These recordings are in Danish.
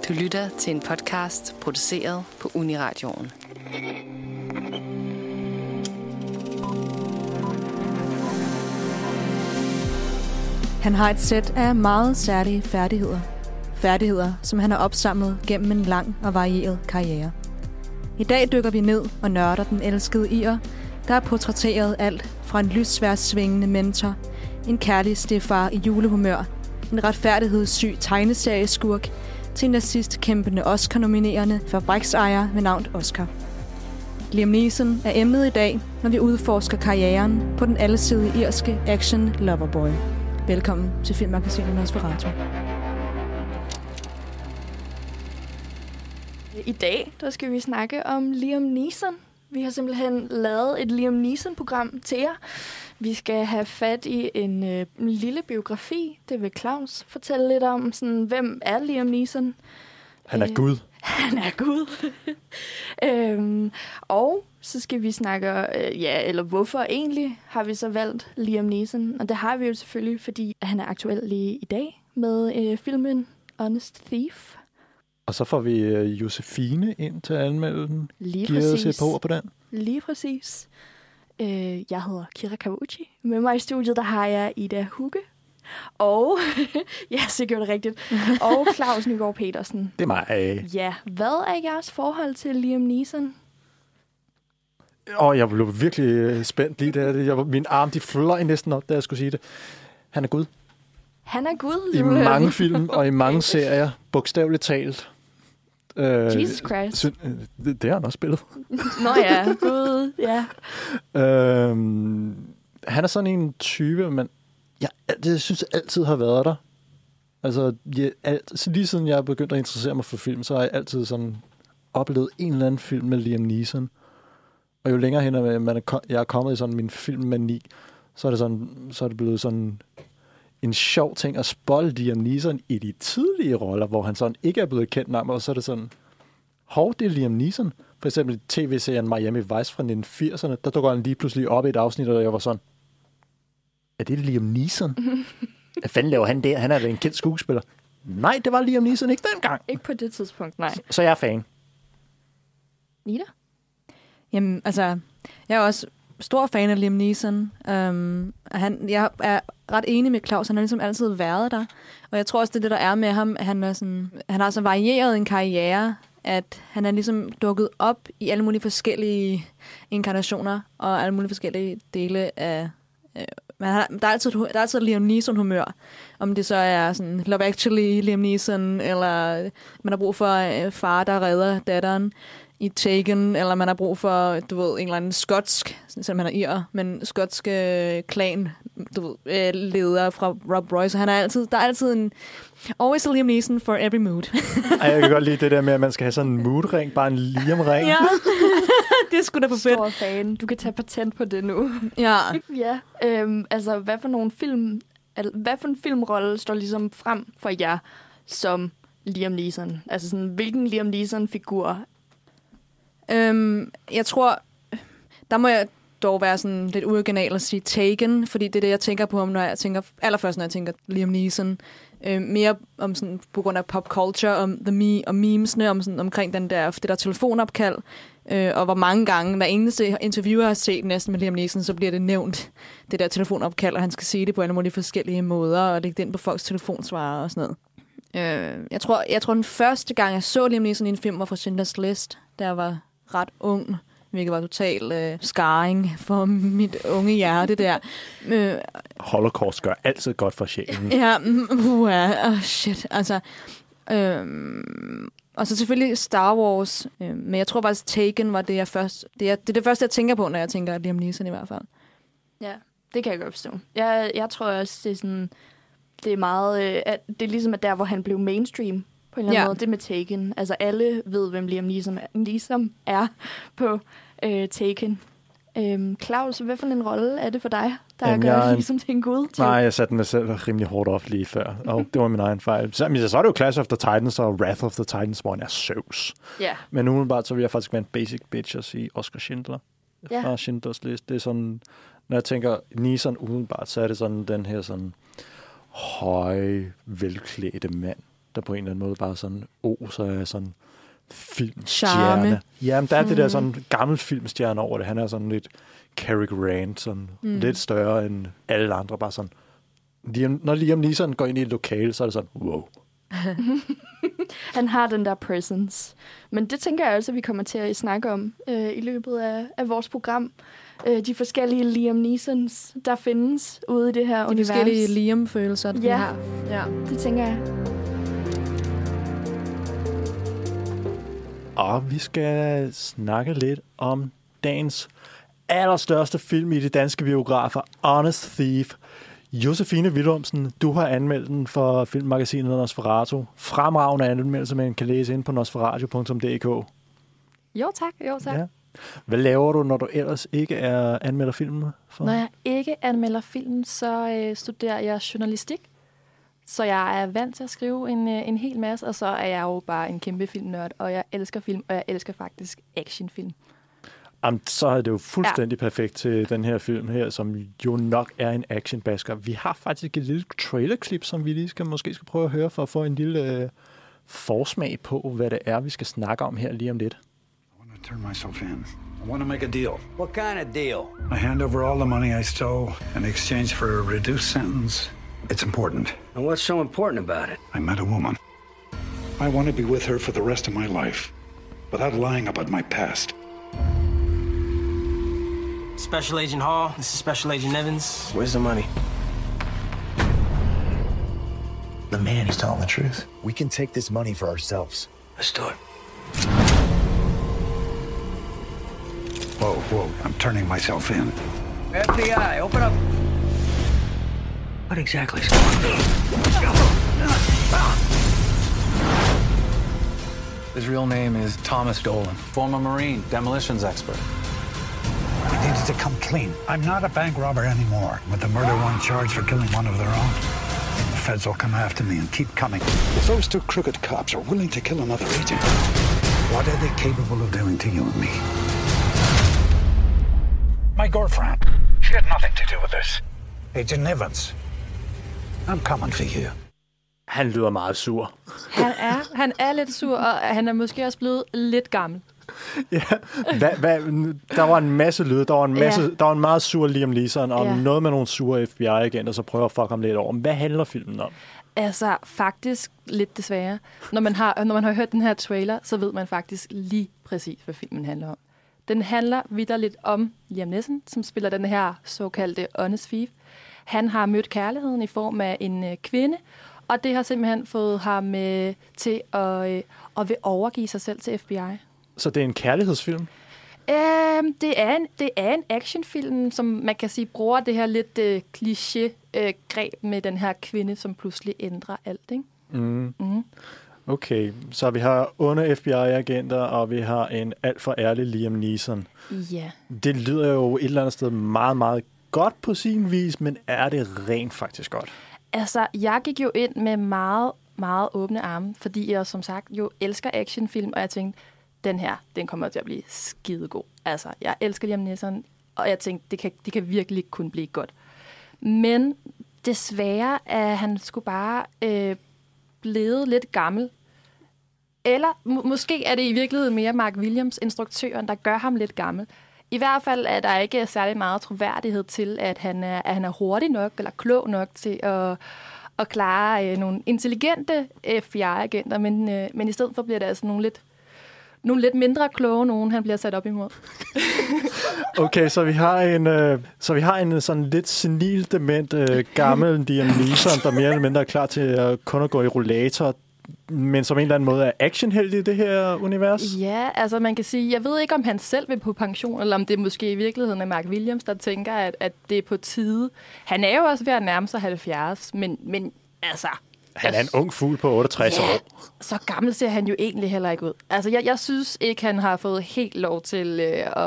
Du lytter til en podcast produceret på Uniradioen. Han har et sæt af meget særlige færdigheder. Færdigheder, som han har opsamlet gennem en lang og varieret karriere. I dag dykker vi ned og nørder den elskede irer, der har portrætteret alt fra en lyssværdsvingende mentor, en kærlig stedfar i julehumør, en retfærdighedssyg tegneserieskurk, til en nazistkæmpende Oscar-nominerende fabriksejer ved navn Oscar. Liam Neeson er emnet i dag, når vi udforsker karrieren på den allesidige irske action loverboy. Velkommen til Filmmagasinet Nosferatu. I dag der skal vi snakke om Liam Neeson. Vi har simpelthen lavet et Liam Neeson-program til jer. Vi skal have fat i en lille biografi. Det vil Claus fortælle lidt om. Sådan, hvem er Liam Neeson? Han er Gud. Han er Gud. Og så skal vi snakke, eller hvorfor egentlig har vi så valgt Liam Neeson? Og det har vi jo selvfølgelig, fordi han er aktuel lige i dag med filmen Honest Thief. Og så får vi Josefine ind til at anmelde den. Lige Giver præcis. os et par ord på den. Lige præcis. Jeg hedder Kira Kawuchi. Med mig i studiet, der har jeg Ida Hugge. Og, ja, så gjorde det rigtigt. Og Claus Nygaard Petersen. Det er mig. Ja, hvad er jeres forhold til Liam Neeson? Jeg blev virkelig spændt lige der. Mine arme, de fløj næsten op, da jeg skulle sige det. Han er Gud. Han er Gud. I mange film og i mange serier, bogstaveligt talt. Jesus Christ. Det har han også spillet. Nå ja, Gud, ja. Han er sådan en type, men jeg synes altid har været der. Altså, lige siden jeg begyndte at interessere mig for film, så har jeg altid sådan oplevet en eller anden film med Liam Neeson. Og jo længere hen jeg er kommet i sådan min filmmani, så er det blevet sådan en sjov ting at spoile Liam Neeson i de tidlige roller, hvor han sådan ikke er blevet kendt nærmere, og så er det sådan, det er Liam Neeson. For eksempel i tv-serien Miami Vice fra 1980'erne, der dukker han lige pludselig op i et afsnit, og jeg var sådan, er det Liam Neeson? Hvad fanden laver han der? Han er da en kendt skuespiller. Nej, det var Liam Neeson ikke dengang. Ikke på det tidspunkt, nej. Så jeg er fan. Ida? Jamen, altså, jeg er også stor fan af Liam Neeson. Jeg er ret enig med Claus. Han har ligesom altid været der. Og jeg tror også, det er det, der er med ham. Han har så varieret en karriere, at han er ligesom dukket op i alle mulige forskellige inkarnationer og alle mulige forskellige dele af... Der er altid Liam Neeson-humør. Om det så er sådan Love Actually, Liam Neeson, eller man har brug for far, der redder datteren i Taken, eller man har brug for, en eller anden skotsk, selvom han er irer, men skotske klan, leder fra Rob Roy, så der er altid en always a Liam Neeson for every mood. Jeg kan godt lide det der med, at man skal have sådan en mood-ring, bare en Liam-ring. Ja, det er sgu da for fedt. Stor fan. Du kan tage patent på det nu. Ja. Ja, altså hvad for en filmrolle står ligesom frem for jer som Liam Neeson? Altså sådan, hvilken Liam Neeson-figur? Jeg tror, der må jeg dog være sådan lidt uoriginal at sige Taken, fordi det er det, jeg tænker på ham, når jeg tænker Liam Neeson. Mere om sådan, på grund af pop culture, om og memesne, omkring det der telefonopkald, og hvor mange gange, hver eneste interview, jeg har set næsten med Liam Neeson, så bliver det nævnt, det der telefonopkald, og han skal sige det på alle mulige forskellige måder, og lægge det ind på folks telefonsvarer og sådan noget. Jeg tror, den første gang, jeg så Liam Neeson i en film, var fra Schindler's List, da jeg var ret ung, hvilket var total scarring for mit unge hjerte der. Holocaust gør altid godt for sjælen. Ja, shit. Altså, og så selvfølgelig Star Wars, men jeg tror faktisk Taken var det, det er det første, jeg tænker på, når jeg tænker Liam Neeson i hvert fald. Ja, det kan jeg godt forstå. Jeg tror også, det er sådan, det er meget, det er ligesom at der, hvor han blev mainstream på en eller anden måde, det med Taken. Altså alle ved, hvem Liam Neeson er på Taken. Claus, hvad for en rolle er det for dig, der gør ligesom til en gud? Nej, jeg satte mig selv rimelig hårdt op lige før, og det var min egen fejl. Så er det jo Clash of the Titans og Wrath of the Titans, hvor han er Zeus. Ja. Men umiddelbart, så vil jeg faktisk være en basic bitch og sige Oscar Schindler fra Schindlers List. Det er sådan, når jeg tænker Neeson umiddelbart, så er det sådan den her sådan høje, velklædte mand, der på en eller anden måde bare sådan oser af sådan filmstjerne. Jamen, der er det der sådan gammel filmstjerne over det. Han er sådan lidt Cary Grant, sådan lidt større end alle andre. Bare sådan, når Liam Neeson går ind i et lokale, så er det sådan, wow. Han har den der presence. Men det tænker jeg også, at vi kommer til at snakke om i løbet af vores program. De forskellige Liam Neesons, der findes ude i det her univers. De forskellige Liam-følelser, vi har. Ja, det tænker jeg. Og vi skal snakke lidt om dagens allerstørste film i de danske biografer, Honest Thief. Josefine Willumsen, du har anmeldt den for filmmagasinet Nosferatu. Fremragende anmeldelse, man kan læse ind på nosferatu.dk. Jo tak. Ja. Hvad laver du, når du ellers ikke anmelder filmen? Når jeg ikke anmelder film, så studerer jeg journalistik. Så jeg er vant til at skrive en hel masse, og så er jeg jo bare en kæmpe filmnørd, og jeg elsker film, og jeg elsker faktisk actionfilm. Jamen, så er det jo fuldstændig perfekt til den her film her, som jo nok er en actionbasker. Vi har faktisk et lille trailerklip, som vi lige måske skal prøve at høre, for at få en lille forsmag på, hvad det er, vi skal snakke om her lige om lidt. I want to turn myself in. I want to make a deal. What kind of deal? I hand over all the money I stole in exchange for a reduced sentence. It's important. And what's so important about it? I met a woman. I want to be with her for the rest of my life, without lying about my past. Special Agent Hall, this is Special Agent Evans. Where's the money? The man is telling the truth. We can take this money for ourselves. Let's do it. Whoa, I'm turning myself in. FBI, open up. What exactly is going on? His real name is Thomas Dolan, former Marine, demolitions expert. We needed to come clean. I'm not a bank robber anymore. With the murder one charged for killing one of their own. The feds will come after me and keep coming. If those two crooked cops are willing to kill another agent, what are they capable of doing to you and me? My girlfriend, she had nothing to do with this. Agent Evans, I'm coming for you. Han lyder meget sur. Han er lidt sur, og han er måske også blevet lidt gammel. Ja, der var en masse lyd, der var en meget sur Liam Neeson, og noget med nogle sure FBI-agenter, så prøver at fuck ham lidt over. Hvad handler filmen om? Altså, faktisk lidt desværre. Når man har hørt den her trailer, så ved man faktisk lige præcis, hvad filmen handler om. Den handler vitterligt om Liam Neeson, som spiller den her såkaldte Honest Thief. Han har mødt kærligheden i form af en kvinde, og det har simpelthen fået ham til at vil overgive sig selv til FBI. Så det er en kærlighedsfilm? Det er en actionfilm, som man kan sige bruger det her lidt kliché-greb med den her kvinde, som pludselig ændrer alt, ikke? Okay, så vi har onde FBI-agenter, og vi har en alt for ærlig Liam Neeson. Ja. Det lyder jo et eller andet sted meget, meget godt på sin vis, men er det rent faktisk godt? Altså, jeg gik jo ind med meget, meget åbne arme, fordi jeg som sagt jo elsker actionfilm, og jeg tænkte, den kommer til at blive skidegod. Altså, jeg elsker Liam Neeson, og jeg tænkte, det kan virkelig kun blive godt. Men desværre er han sgu bare blevet lidt gammel. Eller måske er det i virkeligheden mere Mark Williams, instruktøren, der gør ham lidt gammel. I hvert fald er der ikke særlig meget troværdighed til, at han er hurtig nok eller klog nok til at klare nogle intelligente FBI-agenter, men i stedet for bliver det altså nogle lidt mindre kloge nogen, han bliver sat op imod. Okay, så vi har en sådan lidt senil dement gammel Liam Neeson, der mere eller mindre er klar til at kun at gå i rollator, men som en eller anden måde er actionheld i det her univers? Ja, altså man kan sige, jeg ved ikke, om han selv vil på pension, eller om det måske i virkeligheden er Mark Williams, der tænker, at det er på tide. Han er jo også ved at nærme sig 70, men altså... Han er en ung fugl på 68 år. Så gammel ser han jo egentlig heller ikke ud. Altså, jeg synes ikke, han har fået helt lov til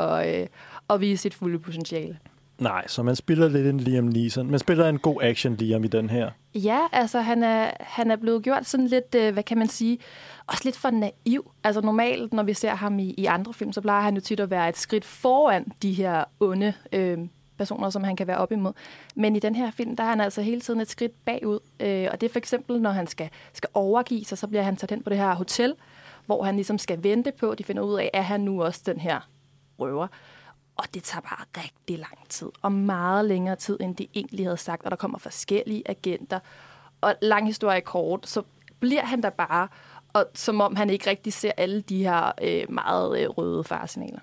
at vise sit fulde potentiale. Nej, så man spiller lidt en Liam Neeson. Man spiller en god action Liam i den her. Ja, altså han er blevet gjort sådan lidt, hvad kan man sige, også lidt for naiv. Altså normalt, når vi ser ham i andre film, så plejer han jo tit at være et skridt foran de her onde personer, som han kan være op imod. Men i den her film, der er han altså hele tiden et skridt bagud. Og det er for eksempel, når han skal overgive sig, så bliver han taget hen på det her hotel, hvor han ligesom skal vente på, at de finder ud af, at han nu også den her røver. Og det tager bare rigtig lang tid, og meget længere tid, end de egentlig havde sagt, og der kommer forskellige agenter. Og lang historie kort, så bliver han der bare, og som om han ikke rigtig ser alle de her meget røde faresignaler.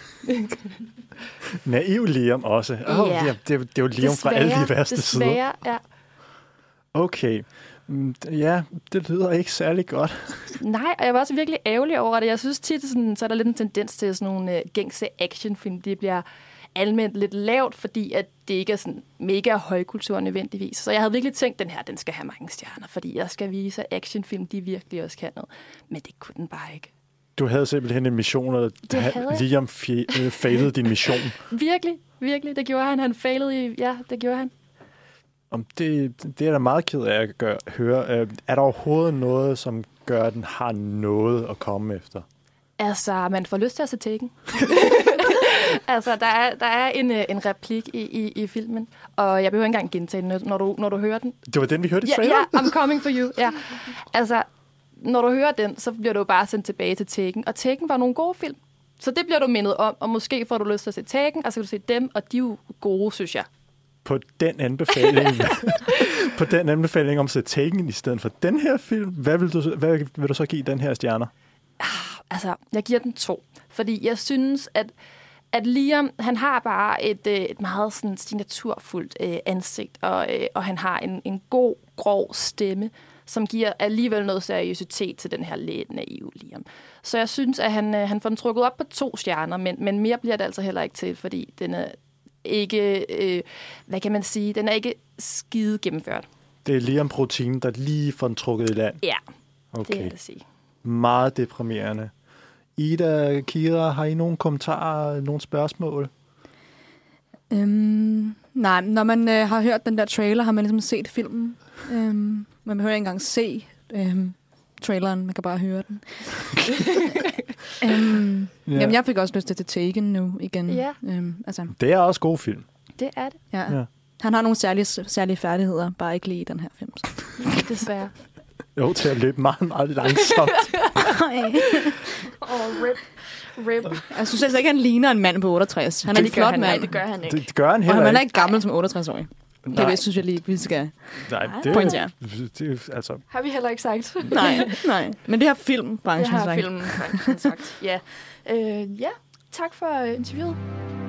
Naiv Liam også. Det er jo Liam fra alle de værste sider. Desværre, ja. Okay. Ja, det lyder ikke særlig godt. Nej, og jeg var også virkelig ærgerlig over det. Jeg synes tit, så er der lidt en tendens til sådan nogle gængse actionfilm. Det bliver almindeligt lidt lavt, fordi at det ikke er sådan mega højkultur nødvendigvis. Så jeg havde virkelig tænkt, at den skal have mange stjerner, fordi jeg skal vise, at actionfilm, de virkelig også kan noget. Men det kunne den bare ikke. Du havde simpelthen en mission, og Liam failede din mission. Virkelig. Det gjorde han. Han failede det gjorde han. Det er da meget ked af at høre. Er der overhovedet noget, som gør, at den har noget at komme efter? Altså, man får lyst til at se Taken. Altså, der er en replik i filmen, og jeg behøver ikke engang gentage den, når du hører den. Det var den, vi hørte i trailer? Ja, I'm coming for you. Ja. Altså, når du hører den, så bliver du bare sendt tilbage til Taken, og Taken var nogle gode film. Så det bliver du mindet om, og måske får du lyst til at se Taken, og så kan du se dem, og de er jo gode, synes jeg. På den anbefaling om at se Taken i stedet for den her film, hvad vil du så give den her stjerner? Altså, jeg giver den 2. Fordi jeg synes, at Liam, han har bare et meget sådan signaturfuldt ansigt, og han har en god, grov stemme, som giver alligevel noget seriøsitet til den her lidt naive Liam. Så jeg synes, at han får den trukket op på 2 stjerner, men mere bliver det altså heller ikke til, fordi den er ikke, hvad kan man sige, den er ikke skide gennemført. Det er Liam-protein, der lige får den trukket i land? Ja, okay. Det er det at sige. Meget deprimerende. Ida, Kira, har I nogle kommentarer, nogle spørgsmål? Nej, når man har hørt den der trailer, har man ligesom set filmen. Man behøver ikke engang se traileren, man kan bare høre den. Jamen, jeg fik også lyst til Taken nu igen. Ja. Altså. Det er også god film. Det er det. Ja. Han har nogle særlige færdigheder, bare ikke lige i den her film. Desværre. Jo, til at løbe meget, meget langsomt. Rip. Jeg synes altså ikke, han ligner en mand på 68. Han er en flot mand. Nej, det gør han ikke. Det gør han heller ikke. Og han er ikke gammel som 68-årig. Det synes jeg lige, vi skal pointere. Altså. Har vi heller ikke sagt. Nej. Men det har filmbranchen sagt. Det har filmbranchen sagt, ja. Ja, tak for interviewet.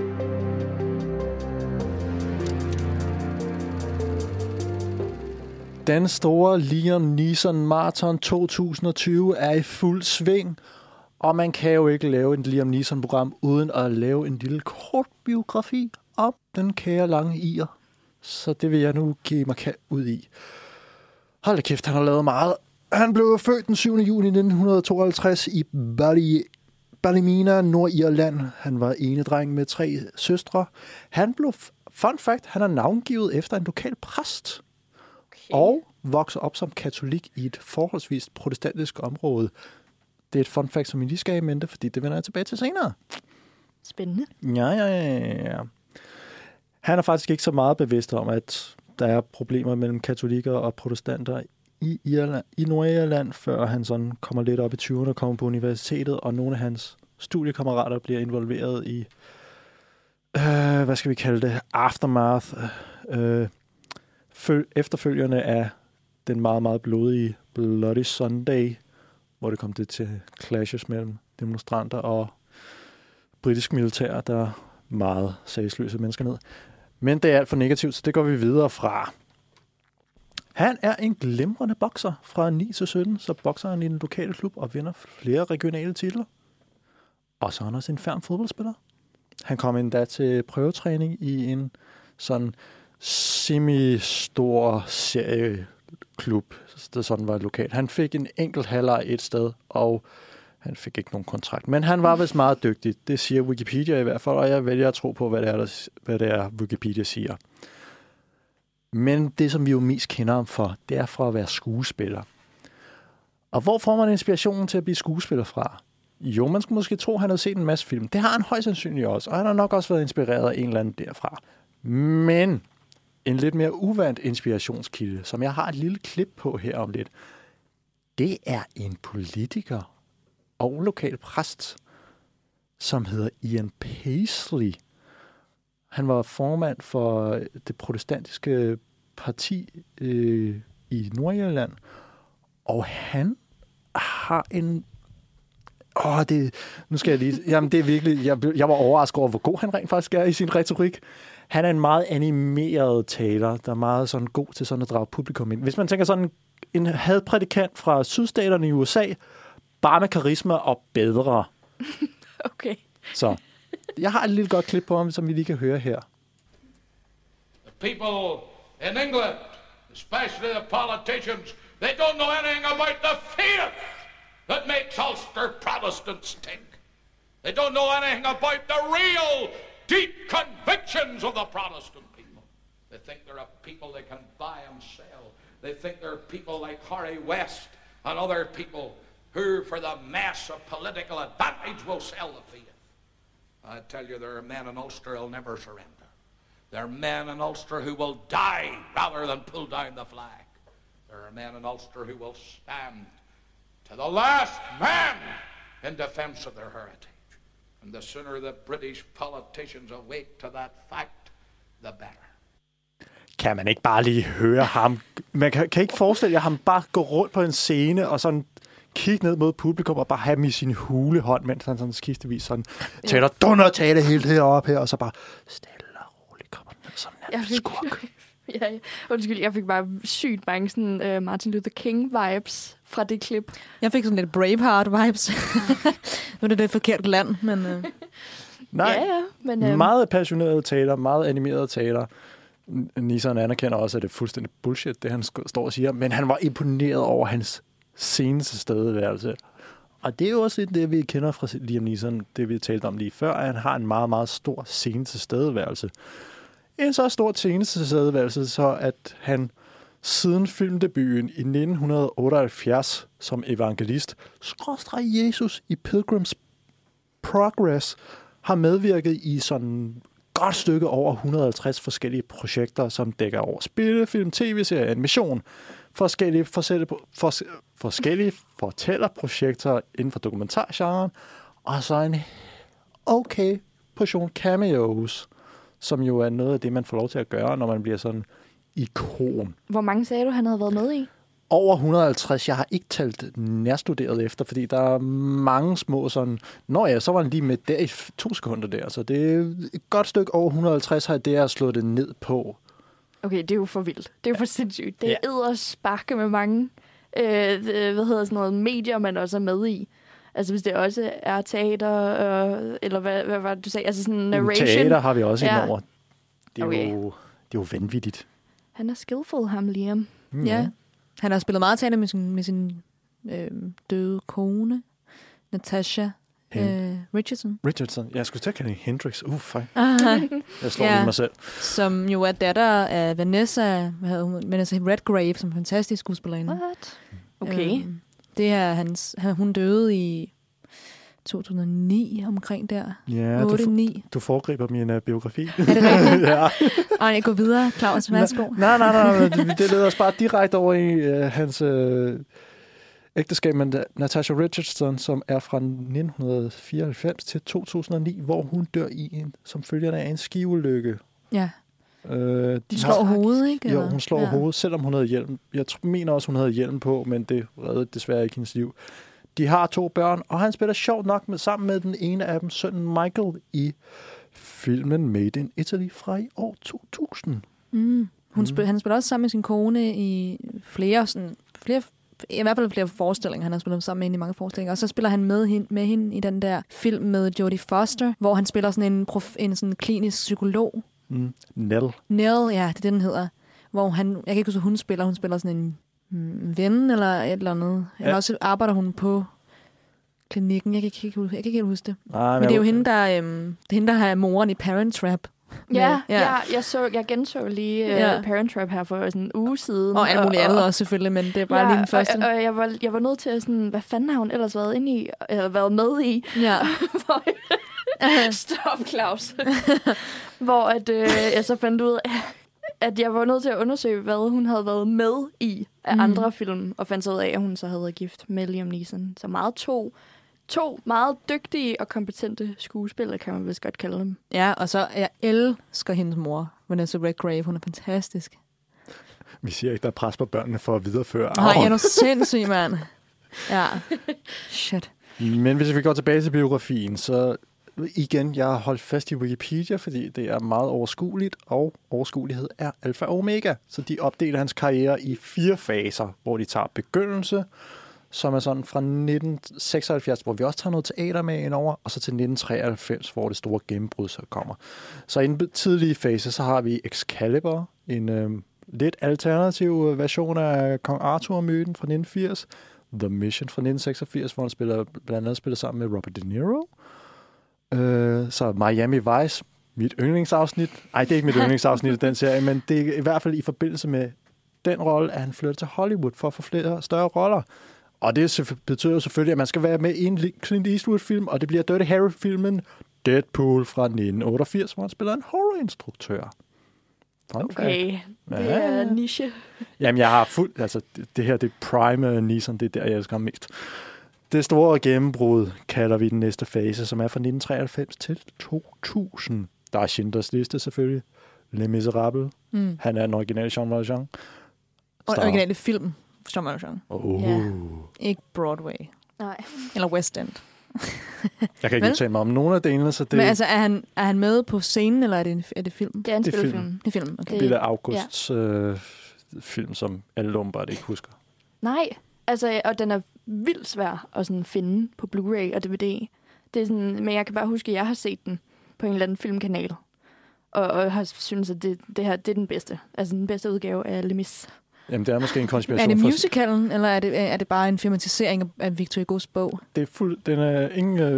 Den store Liam Neeson Marathon 2020 er i fuld sving, og man kan jo ikke lave et Liam Neeson-program uden at lave en lille kort biografi om den kære lange ir. Så det vil jeg nu give mig ud i. Hold da kæft, han har lavet meget. Han blev født den 7. juni 1952 i Ballymena, Nordirland. Han var enedreng med 3 søstre. Han blev, fun fact, han er navngivet efter en lokal præst. Okay. Og vokser op som katolik i et forholdsvis protestantisk område. Det er et fun fact, som I lige skal have i mente, fordi det vender jeg tilbage til senere. Spændende. Ja. Han er faktisk ikke så meget bevidst om, at der er problemer mellem katolikker og protestanter i Nordirland, før han sådan kommer lidt op i 20'erne og kommer på universitetet, og nogle af hans studiekammerater bliver involveret i, hvad skal vi kalde det, aftermath, efterfølgerne af den meget, meget blodige Bloody Sunday, hvor det kom til clashes mellem demonstranter og britisk militær, der meget sagsløse mennesker ned. Men det er alt for negativt, så det går vi videre fra. Han er en glimrende bokser fra 9 til 17, så bokser han i den lokale klub og vinder flere regionale titler. Og så er han også en færm fodboldspiller. Han kom endda til prøvetræning i en sådan semi-stor serieklub, der sådan var lokalt. Han fik en enkelt halvleg et sted, og han fik ikke nogen kontrakt. Men han var vist meget dygtig. Det siger Wikipedia i hvert fald, og jeg vælger at tro på, hvad det er Wikipedia siger. Men det, som vi jo mest kender ham for, det er fra at være skuespiller. Og hvor får man inspirationen til at blive skuespiller fra? Jo, man skulle måske tro, at han havde set en masse film. Det har han højst sandsynligt også, og han har nok også været inspireret af en eller anden derfra. Men en lidt mere uvant inspirationskilde, som jeg har et lille klip på her om lidt, det er en politiker og lokal præst, som hedder Ian Paisley. Han var formand for det protestantiske parti i Nordirland, og han har en... nu skal jeg lige... Jamen, det er virkelig... Jeg var overrasket over, hvor god han rent faktisk er i sin retorik. Han er en meget animeret taler, der er meget sådan god til sådan at drage publikum ind. Hvis man tænker sådan en hadprædikant fra sydstaterne i USA, bare med karisma og bedre. Okay. Så jeg har et lille godt klip på ham, som vi lige kan høre her. The people in England, especially the politicians, they don't know anything about the faith that makes Ulster Protestants tick. They don't know anything about the real deep convictions of the Protestant people. They think they're a people they can buy and sell. They think they're people like Harry West and other people who, for the mass of political advantage, will sell the faith. I tell you, there are men in Ulster who'll never surrender. There are men in Ulster who will die rather than pull down the flag. There are men in Ulster who will stand to the last man in defense of their heritage. And the sooner the British politicians awake to that fact, the better. Kan man ikke bare lige høre ham? Man kan ikke forestille jer ham bare gå rundt på en scene og sådan kigge ned mod publikum og bare have dem i sin hulehånd, mens han sådan skiftevis sådan taler dundertale helt heroppe her, og så bare stille og roligt kommer ned som en skurk. Ja. Undskyld, jeg fik bare sygt mange sådan, Martin Luther King-vibes fra det klip. Jeg fik sådan lidt Braveheart-vibes. Nu er det et forkert land, men... Nej, men, meget passionerede taler, meget animerede taler. Neeson anerkender også, at det er fuldstændig bullshit, det han står og siger, men han var imponeret over hans seneste stedværelse. Og det er jo også det, vi kender fra Liam Neeson, det vi talte om lige før, at han har en meget, meget stor seneste stedværelse. En så stor seneste stedværelse, så at han siden filmdebuten i 1978 som evangelist, / Jesus i Pilgrim's Progress, har medvirket i sådan godt stykke over 150 forskellige projekter, som dækker over spillefilm, tv-serie, animation, forskellige fortællerprojekter inden for dokumentargenren, og så en okay portion cameos, som jo er noget af det, man får lov til at gøre, når man bliver sådan ikon. Hvor mange sagde du, han havde været med i? Over 150. Jeg har ikke talt nærstuderet efter, fordi der er mange små sådan... så var han lige med der i 2 sekunder der. Så det er et godt stykke over 150, har det at slå det ned på. Okay, det er jo for vildt. Det er jo for sindssygt. Det er eddersparke med mange medier, man også er med i. Altså hvis det også er teater, eller hvad var det, du sagde? Altså sådan narration. Teater har vi også indover. Det er jo vanvittigt. Han er skillful, ham Liam. Ja. Han har spillet meget teater med sin døde kone, Natasha Richardson. Jeg skulle til at kalde hende Hendrix. Jeg slår lige mig selv. Som jo er datter af Vanessa Redgrave, som er en fantastisk skuespillerinde. What? Okay. Det er hun døde i 2009 omkring der. Ja, 8-9. Du foregriber min biografi. Er det rigtigt? Ja. Og jeg går videre, Claus. Værsgo. Nej. Det leder os bare direkte over i hans ægteskab med Natasha Richardson, som er fra 1994 til 2009, hvor hun dør som følger af en skiulykke. Ja. De slår hovedet, ikke? Jo, hun slår hovedet, selvom hun havde hjelm. Jeg mener også, hun havde hjelm på, men det reddede desværre ikke hendes liv. De har 2 børn, og han spiller sjovt nok sammen med den ene af dem, sønnen Michael, i filmen Made in Italy fra i år 2000. Han spiller også sammen med sin kone i flere i hvert fald flere forestillinger. Han har spillet sammen med hende i mange forestillinger. Og så spiller han med hende i den der film med Jodie Foster, hvor han spiller sådan en sådan klinisk psykolog. Nell, ja, det er det, den hedder. Hvor jeg kan ikke huske, hun spiller sådan en ven eller et eller andet. Eller også arbejder hun på klinikken. Jeg kan ikke helt huske det. Men det er jo hende, der har moren i Parent Trap. Ja. Jeg genså lige Parent Trap her for sådan en uge siden. Og alt muligt andet også selvfølgelig, men det er bare lige den første. Og jeg var nødt til at sådan, hvad fanden har hun ellers været inde i, eller været med i? Ja. Stop, Claus. hvor at, jeg så fandt ud af, at jeg var nødt til at undersøge, hvad hun havde været med i af andre film, og fandt så ud af, at hun så havde været gift med Liam Neeson. Så meget to meget dygtige og kompetente skuespillere, kan man vist godt kalde dem. Ja, og så jeg elsker hendes mor, Vanessa Redgrave. Hun er fantastisk. Vi siger ikke, der er pres på børnene for at videreføre. Nej, jeg er nu sindssyg, mand. Ja. Shit. Men hvis vi går tilbage til biografien, så igen, jeg har holdt fast i Wikipedia, fordi det er meget overskueligt, og overskuelighed er alfa og omega. Så de opdeler hans karriere i 4 faser, hvor de tager begyndelse, som er sådan fra 1976, hvor vi også tager noget teater med indover, og så til 1993, hvor det store gennembrud så kommer. Så i den tidlige fase, så har vi Excalibur, en lidt alternativ version af Kong Arthur-myten fra 1980, The Mission fra 1986, hvor han blandt andet spiller sammen med Robert De Niro. Så Miami Vice, mit yndlingsafsnit. Ej, det er ikke mit yndlingsafsnit i den serie, men det er i hvert fald i forbindelse med den rolle, at han flytter til Hollywood for at få flere større roller. Og det betyder jo selvfølgelig, at man skal være med i en Clint Eastwood-film, og det bliver Dirty Harry-filmen Deadpool fra 1988, hvor han spiller en horrorinstruktør. Okay, det er niche. Jamen, jeg har fuldt... Altså, det her, det er prime Neeson, det er der, jeg elsker ham mest. Det store gennembrud kalder vi den næste fase, som er fra 1993 til 2000. Der er Schindlers Liste selvfølgelig. Les Misérables. Han er den originale Jean Valjean. Og den originale film, Jean Valjean. Yeah. Ikke Broadway. Nej. Eller West End. Jeg kan ikke udtale mig om nogle af delene, så det... Men altså, er han med på scenen, eller er det film? Det er en spillefilm. Det er film, okay. Det er Augusts film, som alle åbenbart ikke husker. Nej, altså, og den er vildt svær at sådan finde på Blu-ray og DVD. Det er sådan, men jeg kan bare huske, at jeg har set den på en eller anden filmkanal. Og har synes, at det her det er den bedste. Altså den bedste udgave af Les Mis. Jamen, det er måske en konspiration. Er det musicalen, eller er det bare en filmatisering af Victor Hugo's bog? Det er den er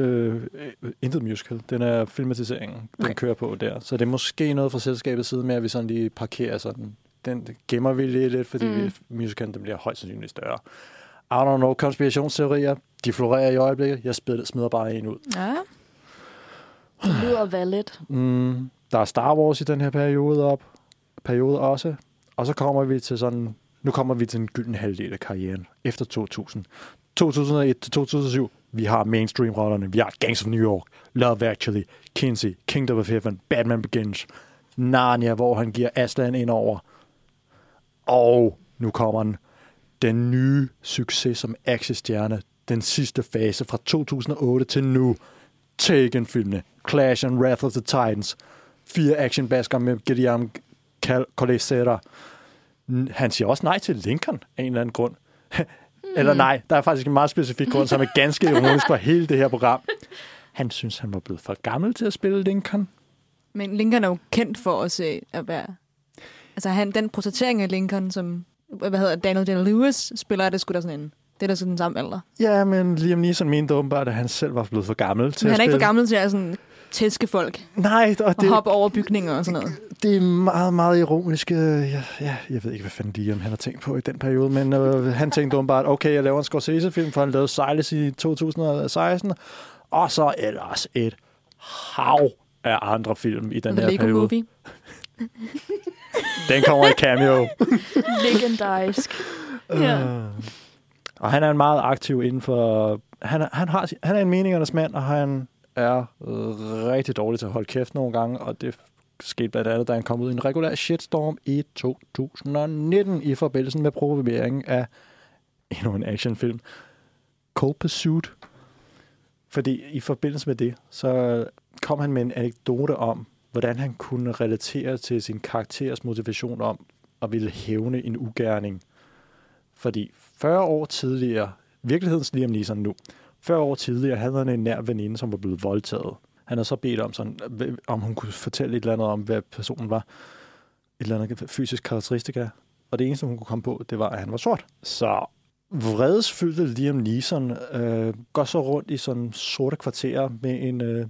intet musical. Den er filmatiseringen, den kører på der. Så det er måske noget fra selskabets side med, at vi sådan lige parkerer sådan. Den gemmer vi lidt, fordi musicalen den bliver højst sandsynligt større. I don't know, konspirationsteorier, de florerer i øjeblikket. Jeg smider bare en ud. Ja. Det lyder valid. Der er Star Wars i den her periode også. Og så kommer vi til sådan... Nu kommer vi til en gylden halvdel af karrieren efter 2000. 2001 til 2007, vi har mainstream-rollerne. Vi har Gangs of New York, Love Actually, Kinsey, Kingdom of Heaven, Batman Begins, Narnia, hvor han giver Aslan ind over. Og nu kommer den nye succes som actionstjerne. Den sidste fase fra 2008 til nu. Taken-filmene, Clash and Wrath of the Titans, 4 actionbasker med Guillermo Collet-Serra. Han siger også nej til Lincoln af en eller anden grund. Eller nej, der er faktisk en meget specifik grund, som er ganske ironisk for hele det her program. Han synes, han var blevet for gammel til at spille Lincoln. Men Lincoln er jo kendt for at være... Altså den portrættering af Lincoln, som Daniel Day-Lewis spiller, det skulle da sådan en... Det er da sådan den samme alder. Ja, men Liam Neeson mente åbenbart, at han selv var blevet for gammel til at spille. Han er ikke for gammel til at sådan tæske folk. Nej, og hoppe over bygninger og sådan noget. Det er meget, meget ironisk. Jeg ved ikke, hvad fanden Liam han har tænkt på i den periode, men han tænkte åbenbart, okay, jeg laver en Scorsese-film, for han lavede Silas i 2016, og så ellers et hav af andre film i den her Lego periode. Movie. Den kommer i cameo. Legendarisk. Ja. Og han er en meget aktiv inden for... Han er en meningernes mand, og han er rigtig dårlig til at holde kæft nogle gange, og det skete blandt andet, da han kom ud i en regulær shitstorm i 2019 i forbindelse med programmeringen af endnu en actionfilm, Cold Pursuit. Fordi i forbindelse med det, så kom han med en anekdote om, hvordan han kunne relatere til sin karakteres motivation om at ville hævne en ugerning. Fordi 40 år tidligere, virkelighedens Liam Neeson nu, 40 år tidligere havde han en nær veninde, som var blevet voldtaget. Han havde så bedt om, om hun kunne fortælle et eller andet om, hvad personen var. Et eller andet fysisk karakteristika. Og det eneste, hun kunne komme på, det var, at han var sort. Så vredesfyldte Liam Neeson går så rundt i sådan sorte kvarterer med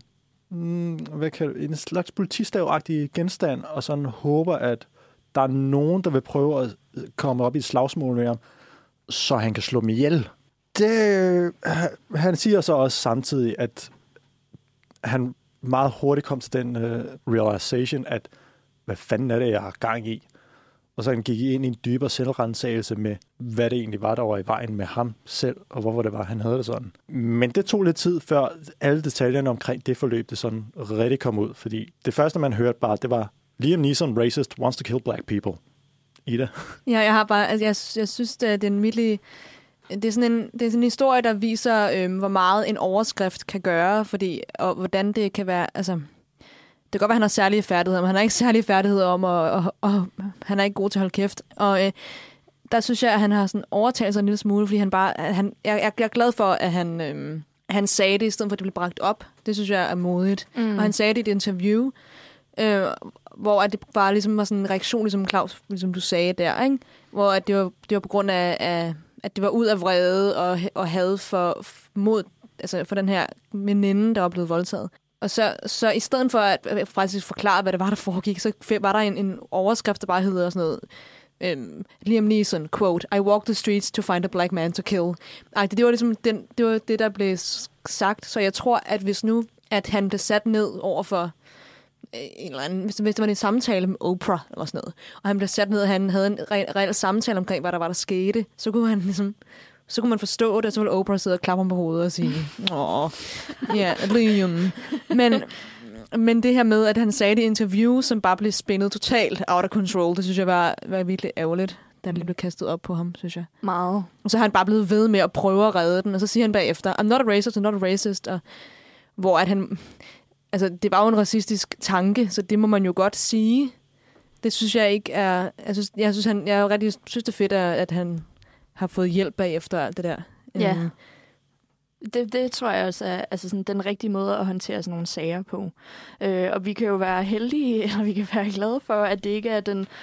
en slags politistavagtig genstand, og sådan håber, at der er nogen, der vil prøve at komme op i et slagsmål med ham, så han kan slå dem ihjel. Han siger så også samtidig, at han meget hurtigt kom til den realization, at hvad fanden er det, jeg har gang i? Og så han gik ind i en dybere selvrensagelse med, hvad det egentlig var, der var i vejen med ham selv, og hvorfor det var, han havde det sådan. Men det tog lidt tid, før alle detaljerne omkring det forløb, det sådan rigtig kom ud. Fordi det første, man hørte bare, det var Liam Neeson, racist, wants to kill black people. Ida? Ja, jeg har bare, altså, jeg synes, det er en virkelig... Det er sådan en historie, der viser, hvor meget en overskrift kan gøre, og hvordan det kan være... Altså, det kan godt være, at han har særlige færdigheder, men han har ikke særlige færdigheder om, og han er ikke god til at holde kæft. Og der synes jeg, at han har sådan overtaget sig en lille smule, fordi jeg er glad for, at han sagde det, i stedet for at det blev bragt op. Det synes jeg er modigt. Og han sagde det i et interview, hvor at det bare ligesom var sådan en reaktion, ligesom Claus, ligesom du sagde der, ikke? Hvor at det var på grund af at det var ud af vrede og had for den her veninde, der var blevet voldtaget. Og så i stedet for at faktisk forklare, hvad det var, der foregik, så var der en overskrift, der bare hedder sådan noget, Liam Neeson, quote, I walk the streets to find a black man to kill. Det var ligesom det var det, der blev sagt. Så jeg tror, at hvis nu, at han blev sat ned over for en eller anden, hvis det var en samtale med Oprah eller sådan noget, og han blev sat ned, og han havde en reel samtale omkring, hvad der var, der skete, så kunne han ligesom... Så kunne man forstå det, og så ville Oprah sidde og klappe ham på hovedet og sige, Liam. Men det her med, at han sagde det i interview, som bare blev spændet totalt out of control, det synes jeg var virkelig ærgerligt, da det blev kastet op på ham, synes jeg. Meget. Og så har han bare blevet ved med at prøve at redde den, og så siger han bagefter, I'm not a racist, I'm not a racist, og hvor at han... Altså, det var jo en racistisk tanke, så det må man jo godt sige. Det synes jeg ikke er... Jeg synes det er fedt, at han har fået hjælp bagefter alt det der. Ja. Det tror jeg også er altså sådan, den rigtige måde at håndtere sådan nogle sager på. Og vi kan jo være heldige, eller vi kan være glade for, at det ikke er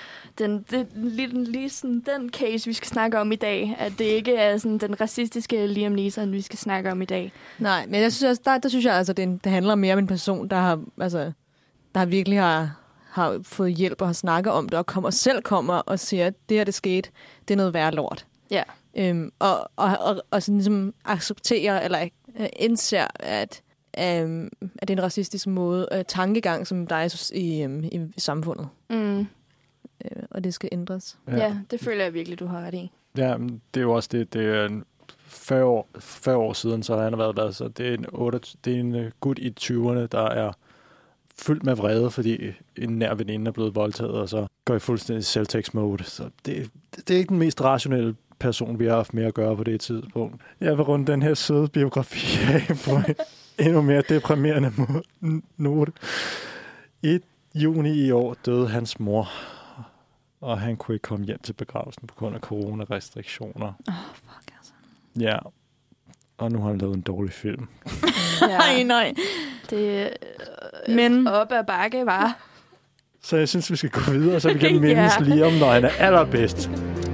lige sådan den case, vi skal snakke om i dag. At det ikke er sådan den racistiske Liam Neeson, vi skal snakke om i dag. Nej, men jeg synes også, der synes jeg, altså, det handler mere om en person, der virkelig har fået hjælp og har snakket om det, og selv kommer og siger, at det her, det skete, det er noget værre lort. Ja. Og sådan ligesom accepterer eller indser, at det er en racistisk måde, tankegang, som der er i samfundet. Og det skal ændres. Ja, det føler jeg virkelig, du har ret i. Ja, det er jo også det. Det er 40 år siden, så har han været så det er en gut i 20'erne, der er fyldt med vrede, fordi en nær veninde er blevet voldtaget, og så går i fuldstændig selvtægtsmode. Så det er ikke den mest rationelle person, vi har haft med at gøre på det tidspunkt. Jeg vil runde den her søde biografi af på en endnu mere deprimerende note. I juni i år døde hans mor, og han kunne ikke komme hjem til begravelsen på grund af coronarestriktioner. Fuck altså. Ja, og nu har han lavet en dårlig film. Nej. Det men op ad bakke var. Så jeg synes, vi skal gå videre, så vi kan mindes Liam, når han er allerbedst.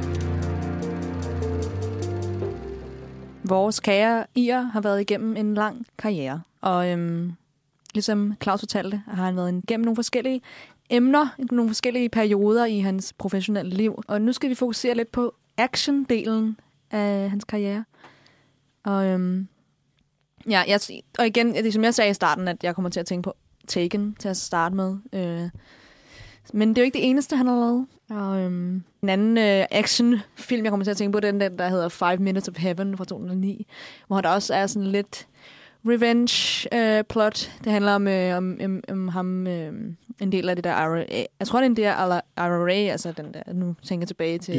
Vores kære Ier har været igennem en lang karriere, og ligesom Claus fortalte, har han været igennem nogle forskellige emner, nogle forskellige perioder i hans professionelle liv. Og nu skal vi fokusere lidt på action-delen af hans karriere. Og og igen, det som jeg sagde i starten, at jeg kommer til at tænke på Taken til at starte med. Men det er jo ikke det eneste, han har lavet. Og en anden actionfilm, jeg kommer til at tænke på, den der hedder 5 Minutes of Heaven fra 2009, hvor der også er sådan lidt revenge plot. Det handler om ham, en del af det der IRA. Jeg tror, det er en del af IRA, altså den der, nu tænker jeg tilbage til,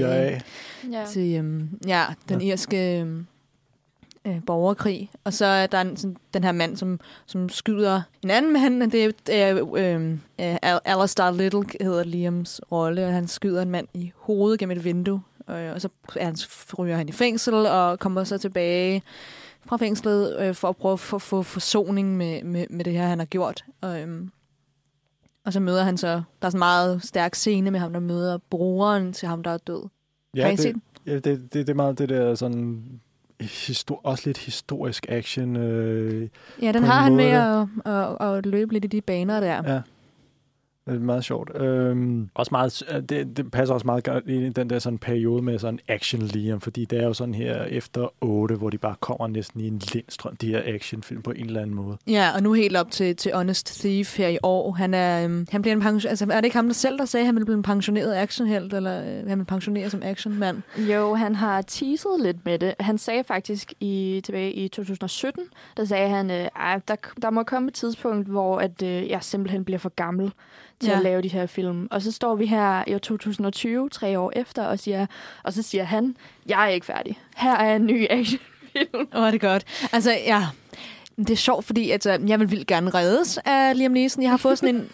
den irske borgerkrig. Og så er der den her mand, som skyder en anden mand, det er Alistair Little, hedder Liams rolle, og han skyder en mand i hovedet gennem et vindue, og så ryger han i fængsel, og kommer så tilbage fra fængslet for at prøve at få forsoning med det her, han har gjort. Og så møder han så, der er sådan en meget stærk scene med ham, der møder broren til ham, der er død. Ja, det er meget det der sådan... også lidt historisk action. Ja, den har han med at løbe lidt i de baner der. Ja. Det er meget sjovt. Også meget, det passer også meget godt i den der sådan periode med sådan action Liam, fordi det er jo sådan her efter 8, hvor de bare kommer næsten i en lindstrøm, de her actionfilm på en eller anden måde. Ja, og nu helt op til Honest Thief her i år. Han bliver en pension, altså er det ikke ham der selv, der sagde, at han ville blive en pensioneret actionhelt, eller han ville pensionere som actionmand? Jo, han har teaset lidt med det. Han sagde faktisk tilbage i 2017, der sagde han, der må komme et tidspunkt, hvor at, jeg simpelthen bliver for gammel til at lave de her film. Og så står vi her i 2020, 3 år efter, og så siger han, jeg er ikke færdig. Her er en ny actionfilm. Det er godt. Altså, ja, det er sjovt, fordi at, jeg vil vildt gerne reddes af Liam Neeson. Jeg har fået sådan en...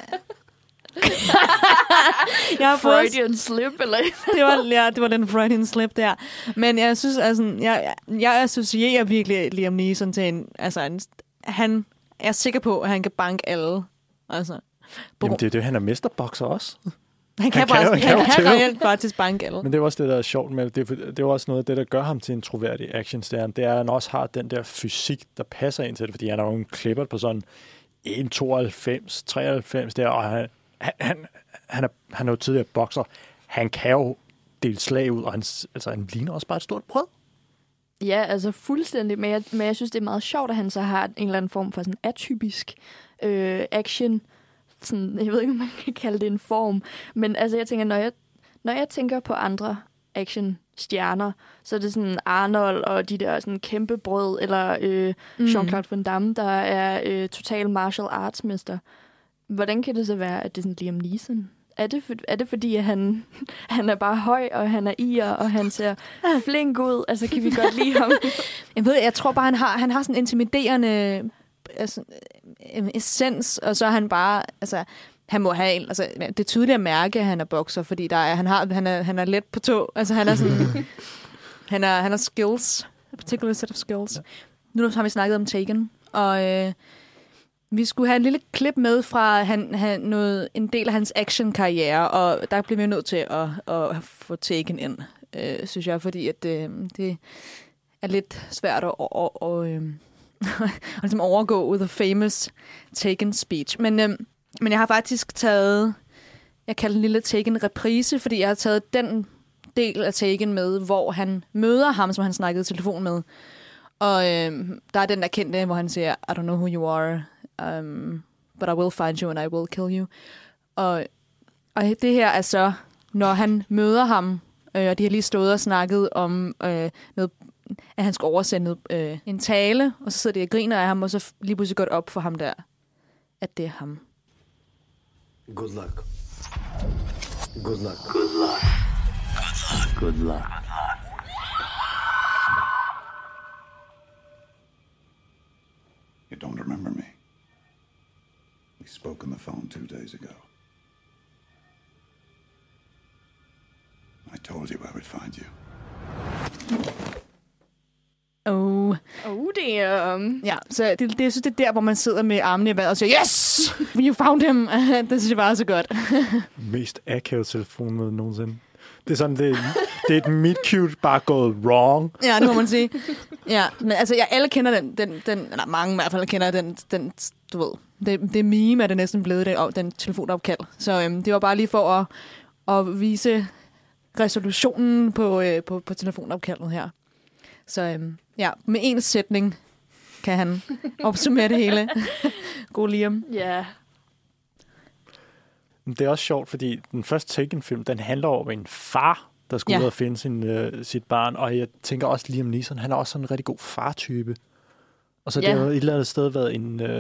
Freudian slip, eller? det var den Freudian slip der. Men jeg synes, altså, jeg associerer virkelig Liam Neeson til han er sikker på, at han kan banke alle. Altså... Jamen, det er det, han er mesterbokser også. Han kan reelt faktisk banke alle. Men det er også det, der er sjovt med det. Det er også noget af det, der gør ham til en troværdig actionstjerne. Det er, at han også har den der fysik, der passer ind til det. Fordi han er jo en klipper på sådan 1,92, 93 der. Og han er jo tidligere bokser. Han kan jo dele slag ud, og han ligner også bare et stort brød. Ja, altså fuldstændig. Men jeg synes, det er meget sjovt, at han så har en eller anden form for sådan atypisk action. Sådan, jeg ved ikke, om man kan kalde det en form. Men altså, jeg tænker, når jeg tænker på andre actionstjerner, så er det sådan Arnold og de der sådan kæmpe brød, eller Jean-Claude Van Damme, der er total martial arts mester. Hvordan kan det så være, at det er sådan Liam Neeson? Er det fordi, at han er bare høj, og han er irer, og han ser flink ud? Altså, kan vi godt lide ham? Jeg tror bare, han har sådan en intimiderende essens, og så er han bare, altså, han må have, altså, det er tydeligt at mærke, at han er bokser, fordi han er let på tå, altså han er sådan, han har skills, a particular set of skills. Ja. Nu har vi snakket om Taken, og vi skulle have en lille klip med fra en del af hans action-karriere, og der bliver vi nødt til at få Taken ind, synes jeg, fordi at det er lidt svært at ligesom overgå the famous Taken speech. Men jeg har faktisk taget, jeg kalder den lille Taken reprise, fordi jeg har taget den del af Taken med, hvor han møder ham, som han snakkede i telefon med. Og der er den der kendte, hvor han siger, I don't know who you are, but I will find you and I will kill you. Og det her er så, når han møder ham, og de har lige stået og snakket om noget, at han skal oversende en tale, og så sidder de og griner af ham, og så lige pludselig går det op for ham der, at det er ham. Good luck. Good luck. Good luck. Good luck. You don't remember me. We spoke on the phone 2 days ago. I told you I would find you. Oh damn. Ja, så det synes, det er der, hvor man sidder med armene i vejret og siger, yes! You found him! Det synes jeg bare er så godt. Mest akavet telefonmøde nogensinde. Det er sådan, det er et meet-cute bare gået wrong. Ja, det må man sige. Ja, men altså, alle kender den eller mange i hvert fald kender den du ved, det meme er det næsten blevet, den telefonopkald. Så det var bare lige for at vise resolutionen på telefonopkaldet her. Så ja, med en sætning kan han opsummere det hele. God Liam. Ja. Yeah. Det er også sjovt, fordi den første Taken-film, den handler om en far, der skulle ud og finde sit barn. Og jeg tænker også, Liam Neeson, han er også sådan en rigtig god fartype. Og så det har jo et eller andet sted været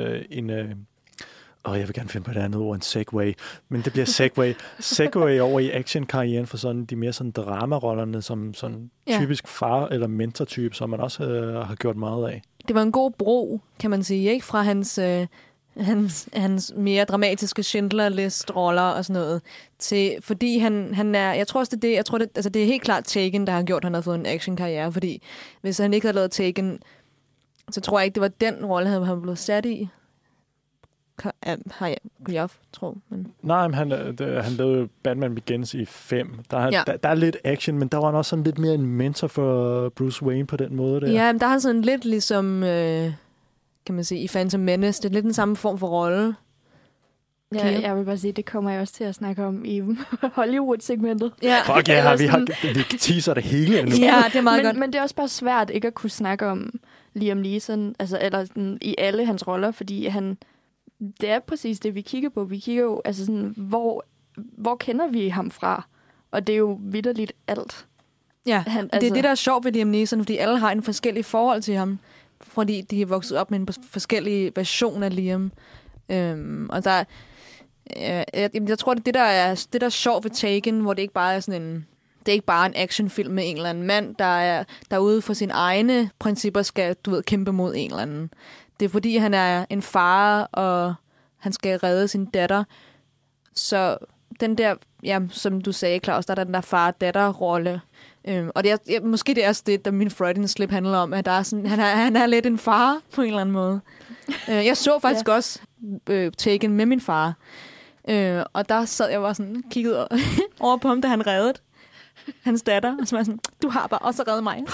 jeg vil gerne finde på et andet ord, en segway. Men det bliver segway over i action-karrieren for sådan de mere sådan dramarollerne, som sådan typisk far- eller mentor-type, som man også har gjort meget af. Det var en god bro, kan man sige, ikke? Fra hans mere dramatiske Schindler-list-roller og sådan noget, til, fordi han er, jeg tror også, det er helt klart Taken, der har gjort, at han har fået en action-karriere, fordi hvis han ikke havde lavet Taken, så tror jeg ikke, det var den rolle, han blev sat i. Kunne jeg tro. Men... Nej, men han lavede Batman Begins i 5. Der er lidt action, men der var han også sådan lidt mere en mentor for Bruce Wayne på den måde. Der. Ja, men der er han sådan lidt ligesom, kan man sige, i Phantom Menace. Det er lidt den samme form for rolle. Ja, jeg vil bare sige, det kommer jeg også til at snakke om i Hollywood-segmentet. Ja. Fuck ja, vi teaser det hele nu. Ja, det er meget godt. Men det er også bare svært ikke at kunne snakke om Liam Neeson, altså, eller sådan, i alle hans roller, fordi det er præcis det, vi kigger på. Vi kigger jo, altså sådan, hvor kender vi ham fra? Og det er jo vitterligt alt. Ja, det er det, der er sjovt ved Liam Neeson, fordi alle har en forskellig forhold til ham, fordi de er vokset op med en forskellig version af Liam. Og der jeg tror, det der er sjovt ved Taken, hvor det ikke bare er sådan en... Det er ikke bare en actionfilm med en eller anden mand, der ude for sine egne principper skal, kæmpe mod en eller anden. Det er fordi, han er en far, og han skal redde sin datter. Så den der, ja, som du sagde, Claus, der er den der far-datter-rolle. Og måske det er også det, der min Freudian slip handler om, at der er sådan, han er lidt en far på en eller anden måde. Jeg så faktisk også Taken med min far. Og der sad jeg bare sådan, kiggede over på ham, da han reddede hans datter, og så var jeg sådan, du har bare også reddet mig.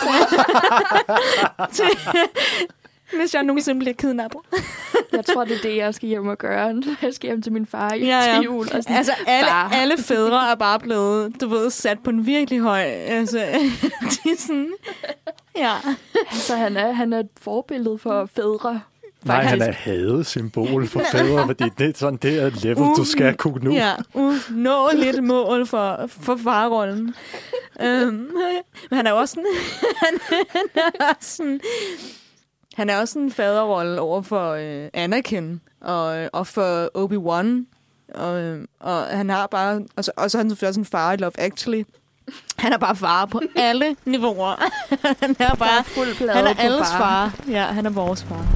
Hvis jeg nogensinde bliver kidnappet. Jeg tror, det er det, jeg skal hjem og gøre. Jeg skal hjem til min far til jul. Og sådan, altså, alle fædre er bare blevet, sat på en virkelig høj... Altså, de er sådan... Ja. Altså, han er et forbillede for fædre. Nej, han er hadesymbol for fædre, fordi det er sådan, det er level, du skal kunne nu. Ja, nå lidt mål for farrollen. Men han er også sådan... Han er også en faderrolle over for Anakin og for Obi-Wan. Og han har bare... Og så er han også en far i Love Actually. Han er bare far på alle niveauer. Han er bare fuld plade. Han er alles far. Ja, han er vores far.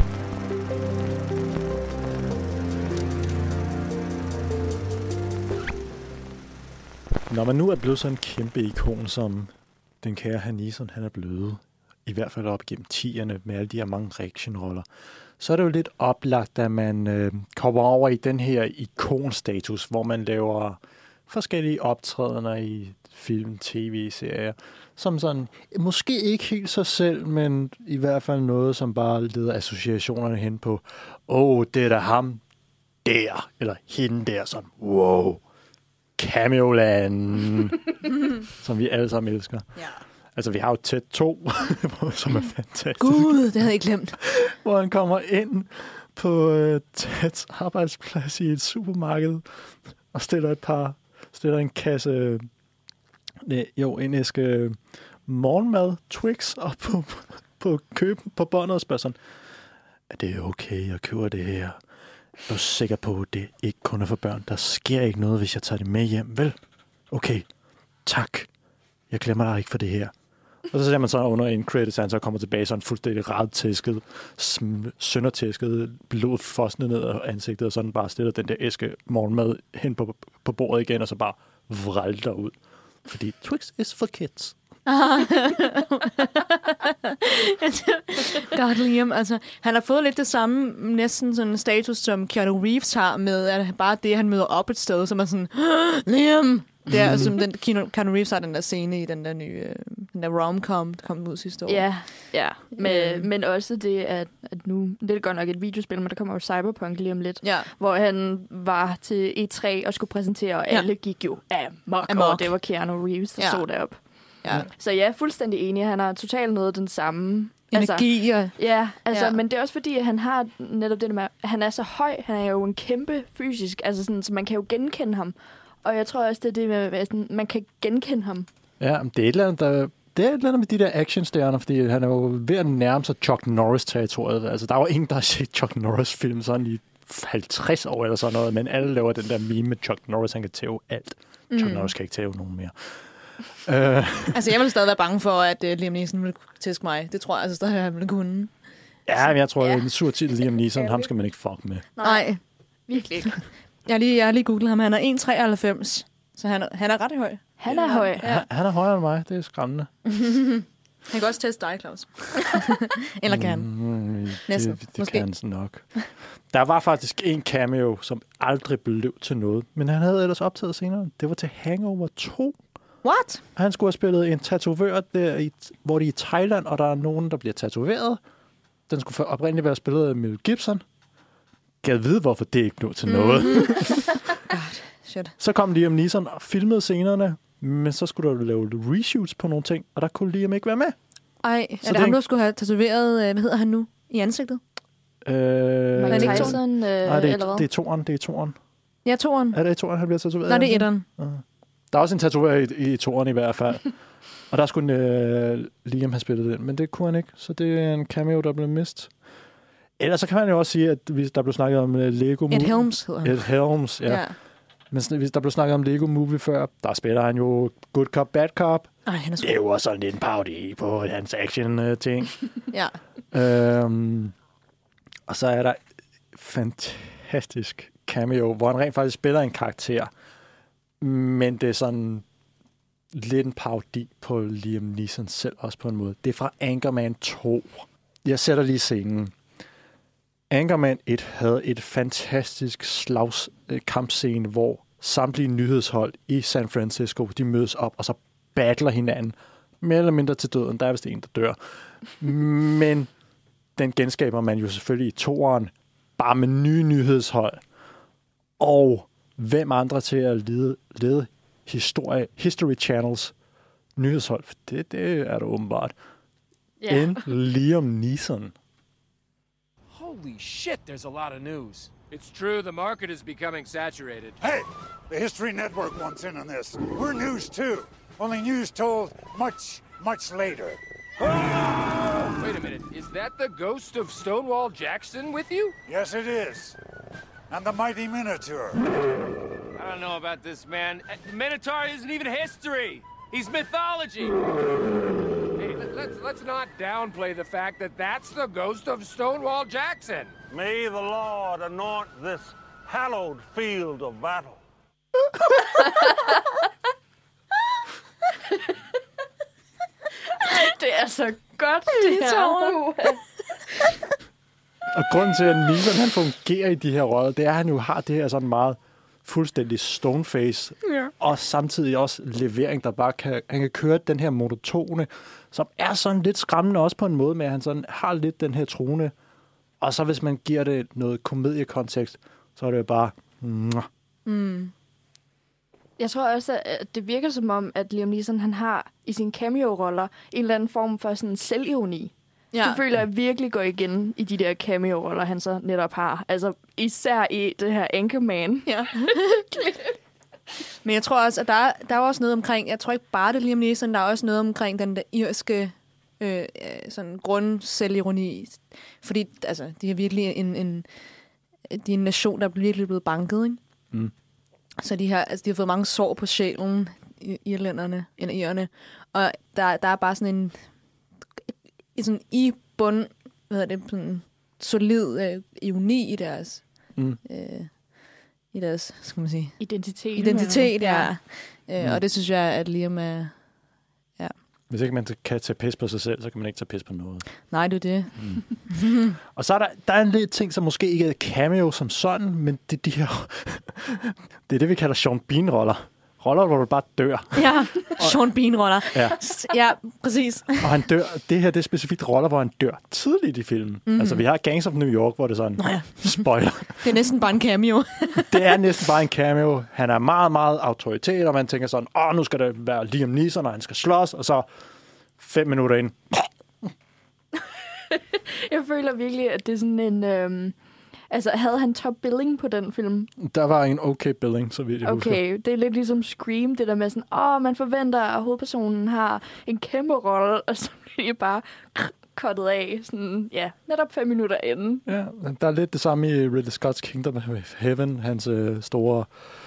Når man nu er blevet sådan en kæmpe ikon, som den kære Neeson, han er blevet, i hvert fald op gennem 10'erne med alle de her mange reaction-roller, så er det jo lidt oplagt, at man kommer over i den her ikonstatus, hvor man laver forskellige optrædener i film, tv-serier, som sådan, måske ikke helt sig selv, men i hvert fald noget, som bare leder associationerne hen på, det er da ham der, eller hende der, sådan, wow, Cameoland, som vi alle sammen elsker. Ja. Altså, vi har jo Ted 2, som er fantastisk. Gud, det havde jeg ikke glemt. Hvor han kommer ind på Teds arbejdsplads i et supermarked og stiller en kasse, en æske morgenmad, Twix, op på båndet og spørger sådan, er det okay, jeg køber det her? Jeg er sikker på, at det ikke kun er for børn. Der sker ikke noget, hvis jeg tager det med hjem, vel? Okay, tak. Jeg glemmer dig ikke for det her. Og så ser man så under en credits, han så kommer tilbage sådan fuldstændig rædtæsket, søndertæsket, blodfossende ned af ansigtet, og sådan bare stiller den der æske morgenmad hen på bordet igen, og så bare vrælter ud. Fordi Twix is for kids. God, Liam, altså, han har fået lidt det samme næsten sådan status, som Keanu Reeves har med, at bare det, han møder op et sted, som er sådan, Liam! Det er som den Keanu Reeves har den der scene i den der nye den der rom-com, der kom ud sidste år. Ja. Men også det, at nu... Det er godt nok et videospil, men der kommer jo Cyberpunk lige om lidt. Ja. Hvor han var til E3 og skulle præsentere, og alle gik jo amok. Og det var Keanu Reeves, der stod deroppe. Ja. Så jeg er fuldstændig enig. Han har totalt noget den samme... energi. Men det er også fordi, at han har netop det med... Han er så høj. Han er jo en kæmpe fysisk... Altså sådan, så man kan jo genkende ham. Og jeg tror også, det er det med, at man kan genkende ham. Ja, det er et eller andet, det er et eller andet med de der actionstjerner, fordi han er jo ved at nærme sig Chuck Norris-territoriet. Altså, der er jo ingen, der har set Chuck Norris-film sådan i 50 år eller sådan noget, men alle laver den der meme med Chuck Norris, han kan tæve alt. Chuck Norris kan ikke tæve nogen mere. Altså, jeg vil stadig være bange for, at Liam Neeson vil tæske mig. Det tror jeg altså stadig, at han ville kunne. Ja, men jeg tror, at en sur titel Liam Neeson, ham skal man ikke fuck med. Nej, virkelig ikke. Jeg har lige googlet ham. Han er 1,93. Så han er ret høj. Han er høj. Ja. Han er højere end mig. Det er skræmmende. Han kan også teste dig, Claus. Eller kan han? Næsten. Det kan han nok. Der var faktisk en cameo, som aldrig blev til noget. Men han havde ellers optaget senere. Det var til Hangover 2. What? Han skulle have spillet en tatovør, hvor de er i Thailand, og der er nogen, der bliver tatoveret. Den skulle oprindeligt være spillet af Mel Gibson. gad vide, hvorfor det ikke blev til noget. Shit. Så kom Liam Neeson og filmede scenerne, men så skulle der lave reshoots på nogle ting, og der kunne Liam ikke være med. Ej, er det ham, der skulle have tatoveret, hvad hedder han nu, i ansigtet? Mike Tyson, nej, eller hvad? Det er toren. Ja, toren. Er det i toren, han bliver tatoveret? Nej, det er etteren. Der er også en tatovering i toren i hvert fald. Og der skulle Liam have spillet den, men det kunne han ikke. Så det er en cameo, der blev mistet. Ellers så kan man jo også sige, at hvis der blev snakket om Lego Movie... Ed Helms hedder han. Ed Helms, ja. Men hvis der blev snakket om Lego Movie før, der spiller han jo Good Cop, Bad Cop. Ej, han er det er jo også sådan lidt en parodi på hans action-ting. Ja. Og så er der fantastisk cameo, hvor han rent faktisk spiller en karakter. Men det er sådan lidt en parodi på Liam Neeson selv også på en måde. Det er fra Anchorman 2. Jeg sætter lige scenen. Anchorman 1 havde et fantastisk slagskampscene, hvor samtlige nyhedshold i San Francisco, de mødes op, og så battler hinanden. Mere eller mindre til døden. Der er vist en, der dør. Men den genskaber man jo selvfølgelig i toeren, bare med nye nyhedshold. Og hvem andre til at lede History Channels nyhedshold? For det er det åbenbart. End Liam Neeson. Holy shit, there's a lot of news. It's true, the market is becoming saturated. Hey, the History Network wants in on this. We're news too. Only news told much, much later. Wait a minute, is that the ghost of Stonewall Jackson with you? Yes, it is. And the mighty Minotaur. I don't know about this, man. The Minotaur isn't even history. He's mythology. Hey, let's not downplay the fact that that's the ghost of Stonewall Jackson. May the Lord anoint this hallowed field of battle. Det er så godt, det her. Og grunden til, at Neeson han fungerer i de her roller, det er, at han jo har det her sådan meget fuldstændig stoneface, og samtidig også levering, der bare han kan køre den her monotone, som er sådan lidt skræmmende også på en måde, med at han sådan har lidt den her trone. Og så hvis man giver det noget komediekontekst, så er det jo bare... Jeg tror også, at det virker som om, at Liam Neeson han har i sine cameo-roller en eller anden form for sådan selvironi. Ja. Det føler jeg virkelig går igen i de der cameo-roller, han så netop har. Altså især i det her Anchorman. Ja. Men jeg tror også, at der er også noget omkring, jeg tror ikke bare det Liam Neeson, der er også noget omkring den der irske sådan grundselvironi. Fordi altså, de er virkelig de er en nation, der er virkelig blevet banket, ikke? Mm. Så de har fået mange sår på sjælen, irerne. Og der er bare sådan sådan i bund, sådan solid ironi i deres skal man sige, identitet, ja. Og det synes jeg, at Liam er. Ja. Hvis ikke man kan tage pis på sig selv, så kan man ikke tage pis på noget. Nej, det er det. Og så er der er en lille ting, som måske ikke er cameo som sådan, men det er de her... det er det, vi kalder Sean Bean-roller. Roller, hvor du bare dør. Ja, Sean Bean-roller. Ja, præcis. Og han dør. Det her, det er specifikt roller, hvor han dør tidligt i filmen. Mm-hmm. Altså, vi har Gangs of New York, hvor det er sådan... Spoiler. Det er næsten bare en cameo. Det er næsten bare en cameo. Han er meget, meget autoritet, og man tænker sådan, nu skal det være Liam Neeson, og han skal slås, og så 5 minutter ind. Jeg føler virkelig, at det er sådan en... Altså, havde han top billing på den film? Der var en okay billing, så vidt jeg husker. Okay, det er lidt ligesom Scream, det der med sådan, man forventer, at hovedpersonen har en kæmpe rolle, og så bliver det bare cuttet af, sådan, netop 5 minutter inden. Ja, der er lidt det samme i Ridley Scott's Kingdom of Heaven, hans store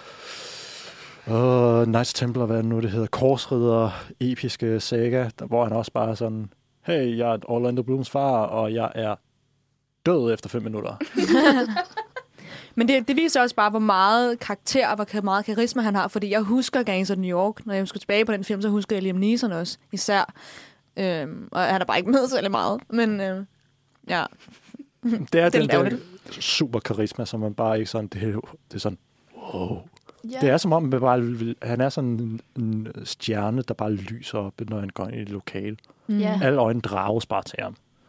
Knights Templar, hvad nu det hedder, korsridder, episke saga, hvor han også bare sådan, hey, jeg er Orlando Blooms far, og jeg er død efter 5 minutter. Men det viser også bare, hvor meget karakter og hvor meget karisma han har, fordi jeg husker Gangs of New York. Når jeg husker tilbage på den film, så husker jeg Liam Neeson også, især. Og han er bare ikke med særlig meget, men ja. Det er den der super karisma, som man bare ikke sådan, det er sådan, wow. Yeah. Det er som om, han er sådan en stjerne, der bare lyser op, når han går ind i et lokale. Alle øjne drages bare til ham.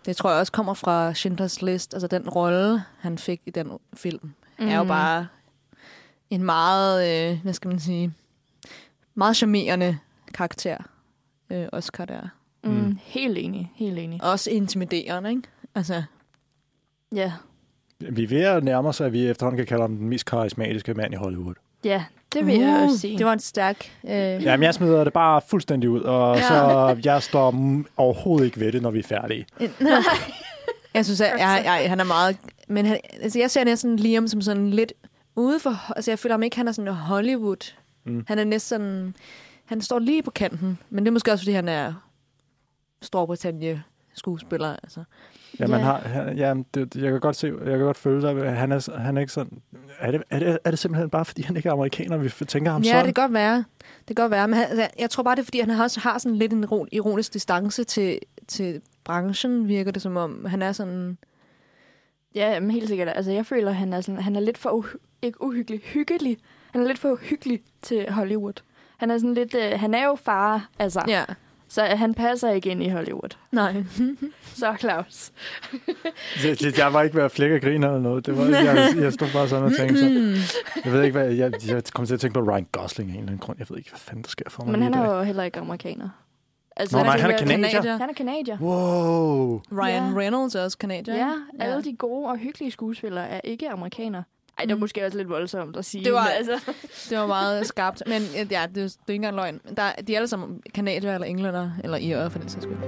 Det tror jeg også kommer fra Schindler's List. Altså den rolle, han fik i den film, er jo bare en meget, hvad skal man sige, meget charmerende karakter. Oscar der. Helt enig. Også intimiderende, ikke? Altså. Ja. Vi er ved at nærme os, at vi efterhånden kan kalde ham den mest karismatiske mand i Hollywood. Ja, det vil jeg også sige. Det var en stærk... Jamen, jeg smider det bare fuldstændig ud, og så jeg står overhovedet ikke ved det, når vi er færdige. Jeg synes, at han er meget... Men altså, jeg ser næsten Liam som sådan lidt ude for... Altså, jeg føler ham ikke, han er sådan Hollywood. Han er næsten sådan... Han står lige på kanten, men det er måske også, fordi han er Storbritannien-skuespiller, altså. Ja, man har, jeg kan godt se, jeg kan godt føle dig. Han er ikke sådan. Er det simpelthen bare fordi han ikke er amerikaner, vi tænker ham sådan? Ja, det kan godt være. Det kan godt være, men jeg tror bare det er fordi han har sådan lidt en ironisk distance til branchen, virker det som om han er sådan. Ja, men helt sikkert. Altså jeg føler han er lidt for hyggelig. Han er lidt for hyggelig til Hollywood. Han er sådan lidt han er jo far, altså. Ja. Så han passer ikke ind i Hollywood. Nej. Så Claus. Jeg var ikke ved at flække og grine eller noget. Det var, jeg stod bare sådan og tænkte så. Jeg ved ikke, hvad... Jeg kom til at tænke på Ryan Gosling af en eller anden grund. Jeg ved ikke, hvad fanden der sker for mig. Men han er jo heller ikke amerikaner. Altså, han er kanadier. Han er kanadier. Wow. Ryan Reynolds er også kanadier. Ja, alle de gode og hyggelige skuespillere er ikke amerikanere. Ej, det var måske også lidt voldsomt at sige. Det var meget skarpt. Men ja, det er ikke engang løgn. De er alle sammen kanadier eller englænder, eller irer for den sags skyld.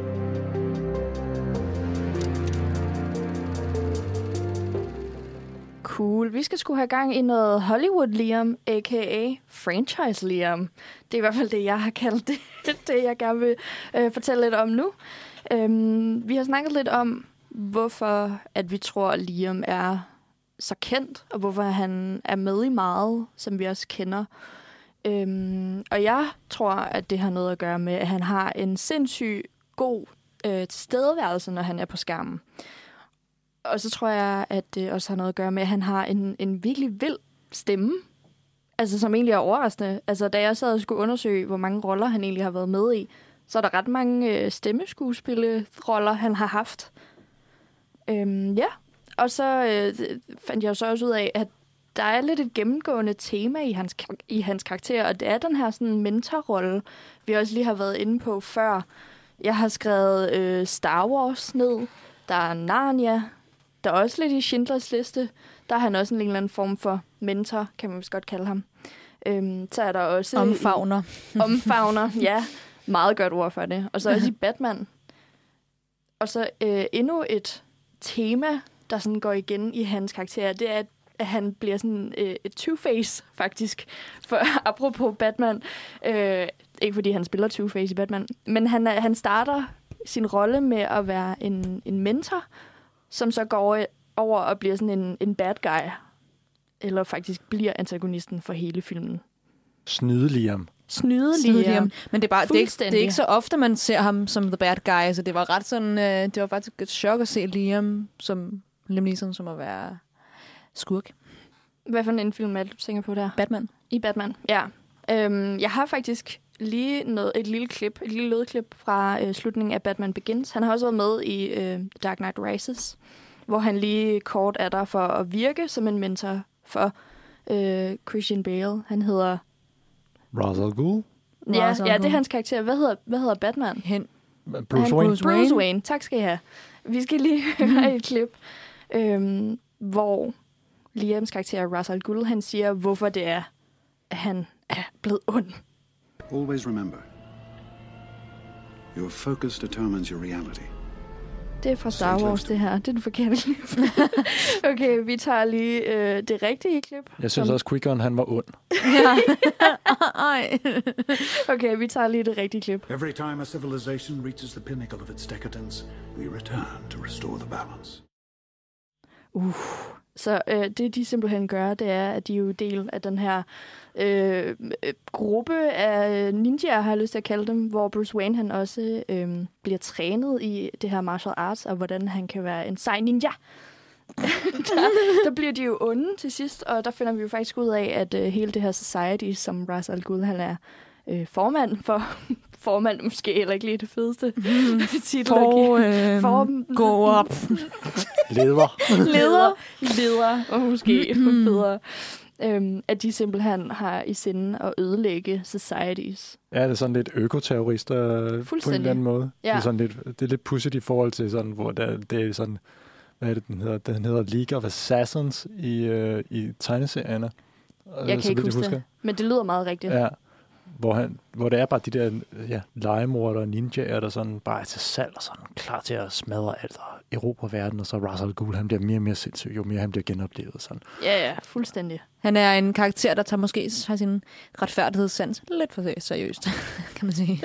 Cool. Vi skal sgu have gang i noget Hollywood Liam, a.k.a. Franchise Liam. Det er i hvert fald det, jeg har kaldt det jeg gerne vil fortælle lidt om nu. Vi har snakket lidt om, hvorfor at vi tror, at Liam er så kendt, og hvorfor han er med i meget, som vi også kender. Og jeg tror, at det har noget at gøre med, at han har en sindssyg god tilstedeværelse, når han er på skærmen. Og så tror jeg, at det også har noget at gøre med, at han har en virkelig vild stemme. Altså, som egentlig er overraskende. Altså, da jeg sad og skulle undersøge, hvor mange roller han egentlig har været med i, så er der ret mange stemmeskuespilleroller, han har haft. Ja. Og så fandt jeg så også ud af, at der er lidt et gennemgående tema i hans karakter, og det er den her sådan mentorrolle, vi også lige har været inde på før. Jeg har skrevet Star Wars ned. Der er Narnia. Der er også lidt i Schindlers Liste. Der er han også en eller anden form for mentor, kan man vist godt kalde ham. Så er der også... Omfavner. Omfavner, ja. Meget godt ord for det. Og så også i Batman. Og så endnu et tema, der sådan går igen i hans karakter, det er, at han bliver sådan et Two-Face, faktisk. For apropos Batman. Ikke fordi han spiller Two-Face i Batman, men han starter sin rolle med at være en mentor, som så går over og bliver sådan en bad guy. Eller faktisk bliver antagonisten for hele filmen. Snyde Liam. Men det er bare det er ikke så ofte, man ser ham som the bad guy. Så det var ret sådan, det var faktisk et chok at se Liam Neeson som at være skurk. Hvad for en film er det, du tænker på der? Batman. I Batman, ja. Jeg har faktisk lige et lille lydklip fra slutningen af Batman Begins. Han har også været med i Dark Knight Rises, hvor han lige kort er der for at virke som en mentor for Christian Bale. Han hedder... Ra's al Ghul? Ja, det er hans karakter. Hvad hedder Batman? Bruce Wayne. Tak skal I have. Vi skal lige høre et klip, hvor Liams karakter, Ra's al Ghul, han siger, hvorfor det er, at han er blevet ond. Always remember, your focus determines your reality. Det er fra Star Wars, det her. Det er den forkerte klip. Okay, vi tager lige det rigtige klip. Jeg synes også, Qui-Gon, han var ond. Okay, vi tager lige det rigtige klip. Every time a civilization reaches the pinnacle of its decadence, we return to restore the balance. Så det, de simpelthen gør, det er, at de er jo del af den her gruppe af ninjaer, har jeg lyst til at kalde dem, hvor Bruce Wayne han også bliver trænet i det her martial arts, og hvordan han kan være en sej ninja. der bliver de jo onde til sidst, og der finder vi jo faktisk ud af, at hele det her society, som Ra's al Ghul han er formand måske heller ikke lige det fedeste titel. Gå op. Leder, og måske federe. At de simpelthen har i sinde at ødelægge societies. Ja, det er sådan lidt økoterrorister på en eller anden måde. Ja. Det er lidt pudsigt i forhold til sådan, hvor det er sådan, hvad er det, den hedder? Den hedder League of Assassins i tegneserierne. Jeg kan ikke huske det, men det lyder meget rigtigt. Ja, hvor det er bare de der legemordere og ninjaer, der sådan bare er til salg og sådan klar til at smadre alt og erobre verden, og så Ra's al Ghul, han bliver mere og mere sindssyg, jo mere han bliver genoplevet. Sådan. Ja, fuldstændig. Han er en karakter, der måske har sin retfærdighedssans lidt for seriøst, kan man sige.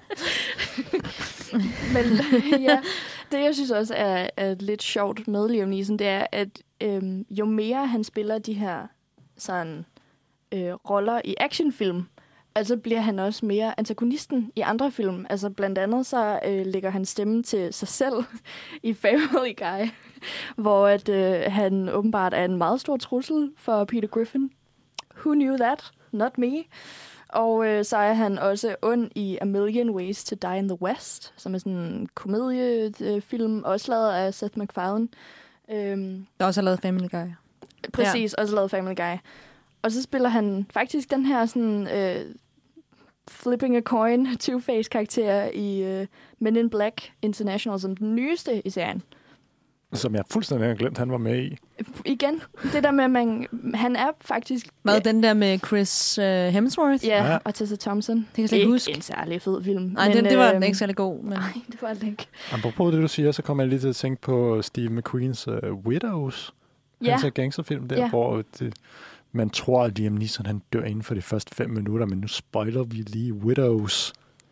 Men ja, det jeg synes også er lidt sjovt med Liam Neeson, det er, at jo mere han spiller de her sådan roller i actionfilm, altså bliver han også mere antagonisten i andre film. Altså blandt andet så lægger han stemme til sig selv i Family Guy, hvor at, han åbenbart er en meget stor trussel for Peter Griffin. Who knew that? Not me. Og så er han også ond i A Million Ways to Die in the West, som er sådan en komediefilm, også lavet af Seth MacFarlane. Der også har lavet Family Guy. Præcis, også lavet Family Guy. Og så spiller han faktisk den her sådan flipping a coin Two-Face karakter i Men in Black International som den nyeste i serien. Som jeg fuldstændig har glemt, han var med i. Igen, det der med, han er faktisk... Hvad den der med Chris Hemsworth? Ja, og Tessa Thompson. Det kan jeg slet ikke huske. En særlig fed film. Nej, det var den ikke særlig god. Men... Nej, det var det ikke. Apropos det, du siger, så kommer jeg lige til at tænke på Steve McQueens Widows. Hans gangsterfilm der, hvor man tror, at Liam Neeson han dør inden for de første 5 minutter, men nu spoiler vi lige Widows.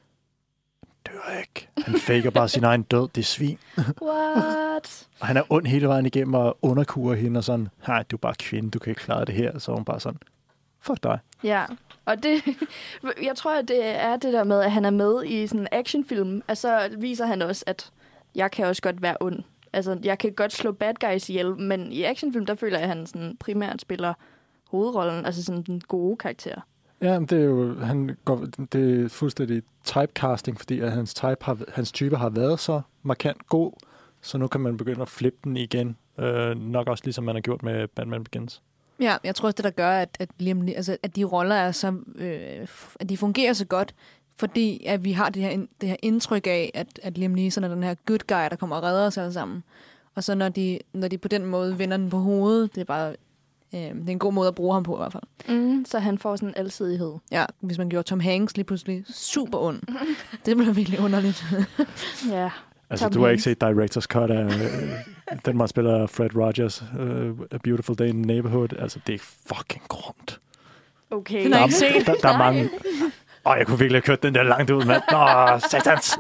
Dør ikke. Han faker bare sin egen død. Det er svin. What? Og han er ond hele vejen igennem og underkurer hende og sådan, nej, du er bare kvinde, du kan ikke klare det her. Så er hun bare sådan, fuck dig. Ja, og det, jeg tror, at det er det der med, at han er med i sådan en actionfilm, og så viser han også, at jeg kan også godt være ond. Altså, jeg kan godt slå bad guys ihjel, men i actionfilm, der føler jeg, at han sådan primært spiller hovedrollen, altså sådan den gode karakter. Ja, det er jo det er fuldstændig typecasting, fordi at hans type har været så markant god, så nu kan man begynde at flippe den igen. Nok også ligesom man har gjort med Batman Begins. Ja, jeg tror også, det der gør, at de roller er så, at de fungerer så godt, fordi at vi har det her indtryk af, at Liam Neeson er den her good guy, der kommer og redder os alle sammen. Og så når de på den måde vender den på hovedet, det er bare det er en god måde at bruge ham på i hvert fald. Så han får sådan en alsidighed. Ja, hvis man gjorde Tom Hanks lige pludselig super ond. Det bliver virkelig underligt. Ja. Altså, du har ikke set Director's Cut af den, man spiller Fred Rogers, A Beautiful Day in the Neighborhood. Altså, det er fucking grumt. Okay. Den har ikke set. Der er mange... jeg kunne virkelig have kørt den der langt ud, mand. Satans!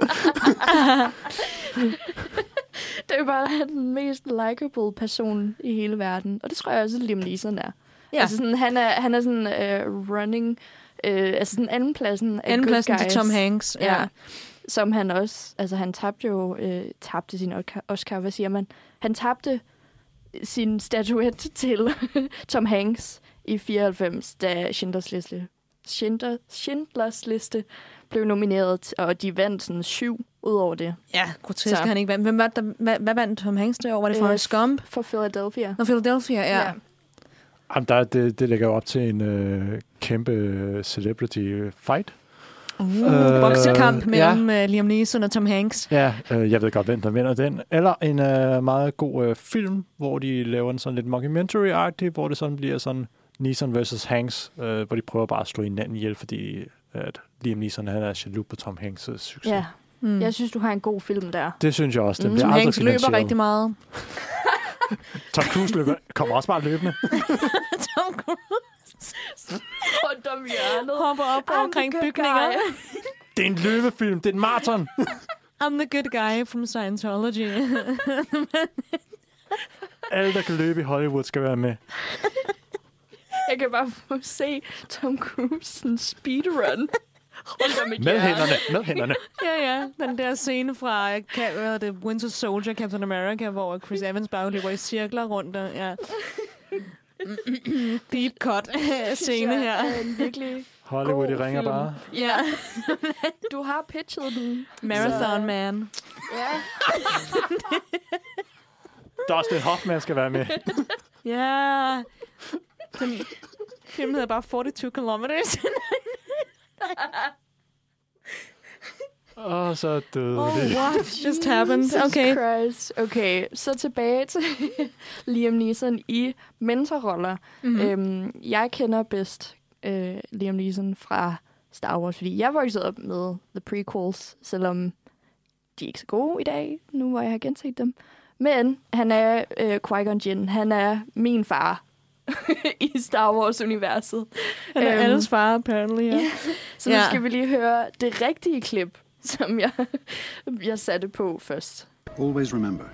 Det er bare den mest likable person i hele verden. Og det tror jeg også, at Liam Neeson er. Ja. Altså sådan, han er sådan running... altså sådan andenpladsen af good guys. Til Tom Hanks. Ja. Som han også... Altså han tabte sin Oscar. Hvad siger man? Han tabte sin statuet til Tom Hanks i 94, da Schindlers Liste blev nomineret, og de vandt sådan 7 ud over det. Ja, grotesk han ikke vandt. Hvad vandt Tom Hanks det år? Var det Forrest Gump? For Philadelphia. For Philadelphia, ja. Jamen, det lægger op til en kæmpe celebrity fight. Boksekamp mellem Liam Neeson og Tom Hanks. Ja, jeg ved godt, hvem der vinder den. Eller en meget god film, hvor de laver en sådan lidt mockumentary-agtig, hvor det sådan bliver sådan Neeson versus Hanks, hvor de prøver bare at slå hinanden ihjel, fordi at Liam Neeson han er jaloux på Tom Hanks' succes. Ja. Jeg synes, du har en god film der. Det synes jeg også. Den Tom Hanks løber rigtig meget. Tom Cruise kommer også bare løbende. Tom Cruise rundt om hjørnet. Hopper op omkring bygninger. Det er en løbefilm. Det er en maraton. I'm the good guy from Scientology. Alle, der kan løbe i Hollywood, skal være med. Jeg kan bare få se Tom Cruise speedrun. Med hænderne. Ja. Den der scene fra Winter Soldier, Captain America, hvor Chris Evans bare løber i cirkler rundt. Ja. Deep cut scene her. Virkelig Hollywood, de ringer film. bare. Ja. Du har pitchet den. Marathon Man. Ja. Dustin Hoffman skal være med. Ja. Den film hedder bare 42 kilometers. Så døde what just happened? Jesus Okay. Christ. Okay, så tilbage til Liam Neeson i mentorroller. Mhm. Jeg kender bedst Liam Neeson fra Star Wars, fordi jeg voksede op med the prequels, selvom de er ikke så gode i dag, nu hvor jeg har genset dem. Men han er Qui-Gon Jinn. Han er min far i Star Wars-universet. Han er alles far, apparently. Ja. Så nu skal vi lige høre det rigtige klip, som jeg satte på først. Always remember,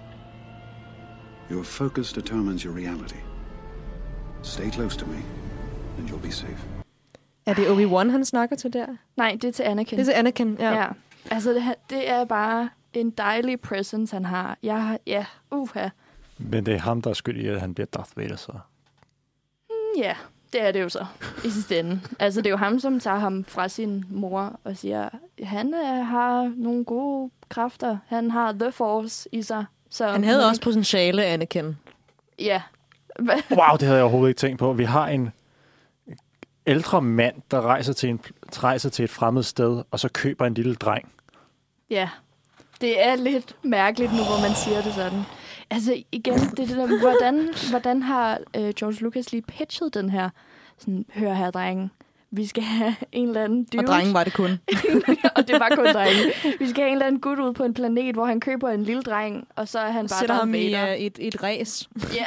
your focus determines your reality. Stay close to me, and you'll be safe. Er det Obi-Wan, han snakker til der? Nej, det er til Anakin. Det er til Anakin, ja. Ja. Altså, det er bare en dejlig presence, han har. Men det er ham, der er skyld i, at han bliver Darth Vader, så. Ja, det er det jo så i sidste ende. Altså, det er jo ham, som tager ham fra sin mor og siger, han har nogle gode kræfter. Han har The Force i sig. Så Han havde også potentiale, Anakin. Ja. Wow, det havde jeg overhovedet ikke tænkt på. Vi har en ældre mand, der rejser til et fremmed sted, og så køber en lille dreng. Ja, det er lidt mærkeligt nu, hvor man siger det sådan. Altså igen, det der, hvordan har George Lucas lige pitchet den her? Sådan, hør her, drengen. Vi skal have en eller anden dude. Og drengen var det kun. Og det var kun drengen. Vi skal have en eller anden gut ud på en planet, hvor han køber en lille dreng, og så er han bare sætter ham Vader. i et ræs. Ja.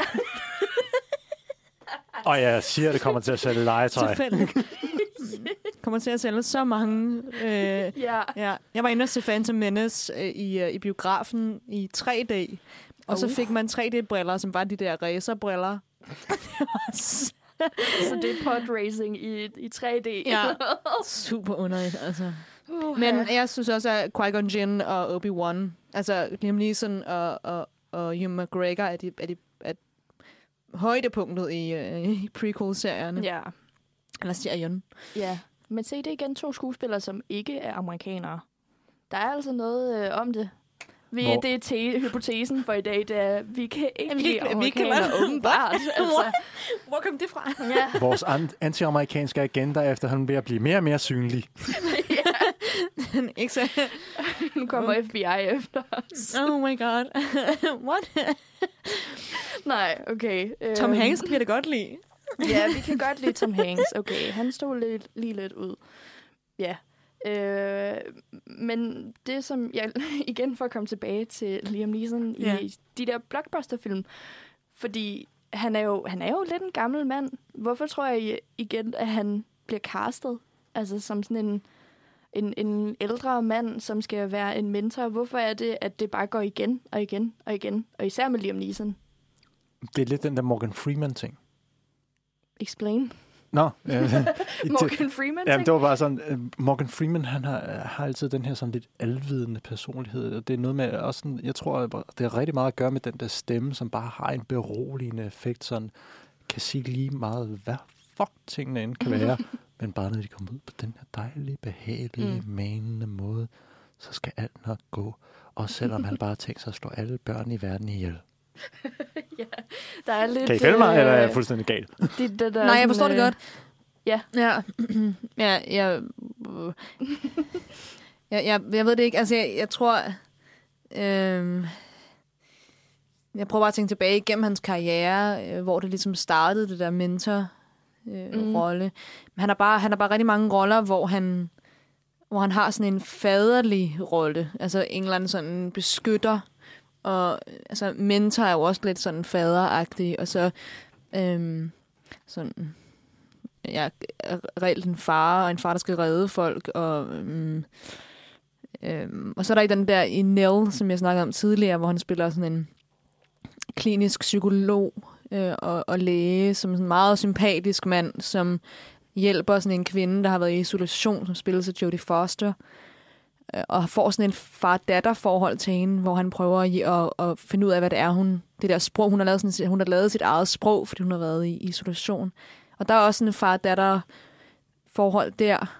Og jeg siger, at det kommer til at sælge legetøj. Kommer til at sælge så mange. Ja. Jeg var inde og se Phantom Menace i biografen i 3D. Og så fik man 3D-briller, som var de der racerbriller. Så det er pod racing i 3D. Ja, super underligt, altså. Men jeg synes også, at Qui-Gon Jinn og Obi-Wan, altså Liam Neeson og Ewan McGregor, er højdepunktet i prequel-serierne. Ja. Eller serien. Ja, men se, det er igen 2 skuespillere, som ikke er amerikanere. Der er altså noget om det. Det er hypotesen for i dag, det er, vi kan ikke lide amerikanere, åbenbart. Altså. Hvor kom det fra? Ja. Vores anti-amerikanske agenda efterhånden ved at blive mere og mere synlig. Ikke så. Nu kommer FBI efter os. Oh my god. What? Nej, okay. Tom Hanks kan det godt lide. Ja, vi kan godt lide Tom Hanks. Okay, han stod lige lidt ud. Ja. Men det, som jeg igen for at komme tilbage til Liam Neeson i de der blockbusterfilm, fordi han er jo lidt en gammel mand. Hvorfor tror jeg igen, at han bliver castet? Altså som sådan en ældre mand, som skal være en mentor. Hvorfor er det, at det bare går igen og igen og igen? Og især med Liam Neeson. Det er lidt den der Morgan Freeman-ting. Explain. Nå. Morgan Freeman? Ja, det var bare sådan, Morgan Freeman, han har altid den her sådan lidt alvidende personlighed. Og det er noget med også sådan, jeg tror, det er rigtig meget at gøre med den der stemme, som bare har en beroligende effekt, sådan kan sige lige meget, hvad fuck tingene end kan være. Men bare når de kommer ud på den her dejlige, behagelige, manende måde, så skal alt nok gå. Og selvom han bare tænker sig at slå alle børn i verden ihjel. Ja, der er lidt... Kan I følge mig, eller er jeg fuldstændig galt? Nej, jeg forstår det godt. Ja. Jeg ved det ikke. Altså, jeg tror... jeg prøver bare at tænke tilbage igennem hans karriere, hvor det ligesom startede, det der mentor-rolle. Han har bare rigtig mange roller, hvor han har sådan en faderlig rolle. Altså en eller anden sådan beskytter. Og altså, mentor er jo også lidt sådan faderagtig, og så sådan, ja, reelt en far, og en far, der skal redde folk, og så er der den der i Nell, som jeg snakkede om tidligere, hvor han spiller sådan en klinisk psykolog og læge, som en meget sympatisk mand, som hjælper sådan en kvinde, der har været i isolation, som spiller sig Jodie Foster, og får sådan en far-datter-forhold til hende, hvor han prøver at finde ud af, hvad det er, det der sprog, hun har lavet sit eget sprog, fordi hun har været i isolation. Og der er også sådan en far-datter forhold der.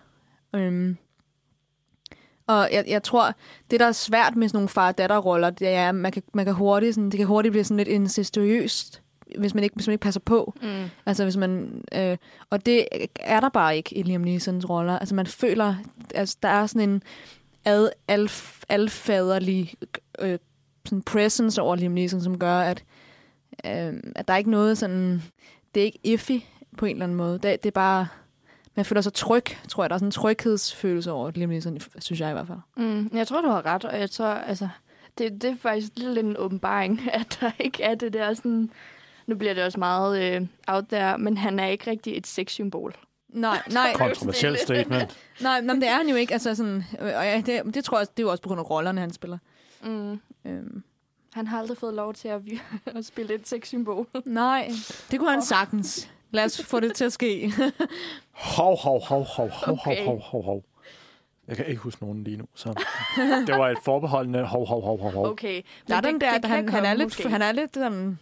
Og jeg tror, det der er svært med sådan nogle far-datter-roller, det er, at man kan hurtigt, sådan, det kan hurtigt blive sådan lidt incestuøst, hvis man ikke passer på. Altså hvis man og det er der bare ikke i Liam Neesons roller. Altså man føler, altså der er sådan en alfaderlig sådan presence over Liam Neeson, som gør, at der er ikke noget sådan, det er ikke iffy på en eller anden måde. Det er bare, man føler sig tryg, tror jeg. Der er sådan en tryghedsfølelse over Liam Neeson, synes jeg i hvert fald. Jeg tror, du har ret, og jeg tror, altså, det er faktisk lidt en åbenbaring, at der ikke er det der sådan, nu bliver det også meget out there, men han er ikke rigtig et sexsymbol. Nej. Kontroversielt statement. Nej, men det er han jo ikke. Altså sådan, og det tror jeg, det er jo også på grund af rollerne, han spiller. Han har aldrig fået lov til at spille et sexsymbol. Nej, det kunne han sagtens. Lad os få det til at ske. Hov. Jeg kan ikke huske nogen lige nu, så det var et forbeholdende hov. Okay. Der er den der, han er lidt sådan...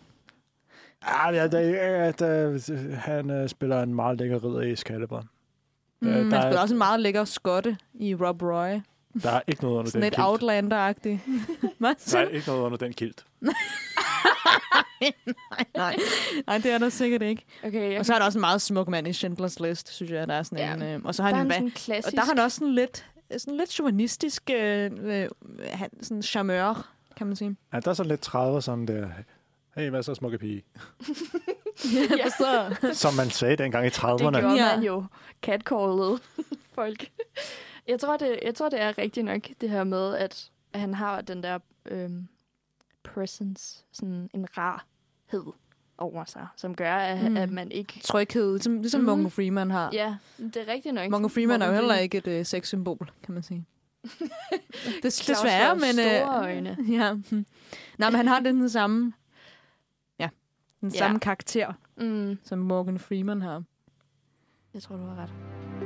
Han spiller en meget lækker ridder i Excalibur. Han spiller også en meget lækker skotte i Rob Roy. Der er ikke noget under den kilt. Sådan lidt Outlander-agtigt. Der er ikke noget under den kilt. Nej, det er der sikkert ikke. Okay, og så er der også en meget smuk mand i Schindlers List, synes jeg. Der er sådan en, og så har han en klassisk... Og der har han også sådan lidt chauvinistisk sådan charmeur, kan man sige. Ja, der er sådan lidt 30'er sådan der. Hey, hvad så, smukke pige? Som man sagde dengang i 30'erne. Det gjorde man jo. Catcallet folk. Jeg tror, det er rigtigt nok, det her med, at han har den der presence, sådan en rarhed over sig, som gør, at man ikke... Tryghed, ligesom Morgan Freeman har. Ja, det er rigtigt nok. Morgan Freeman er jo heller ikke et sexsymbol, kan man sige. Desværre, men... store øjne. Ja. Nej, men han har den samme... Den samme karakter, som Morgan Freeman har. Jeg tror, du har ret.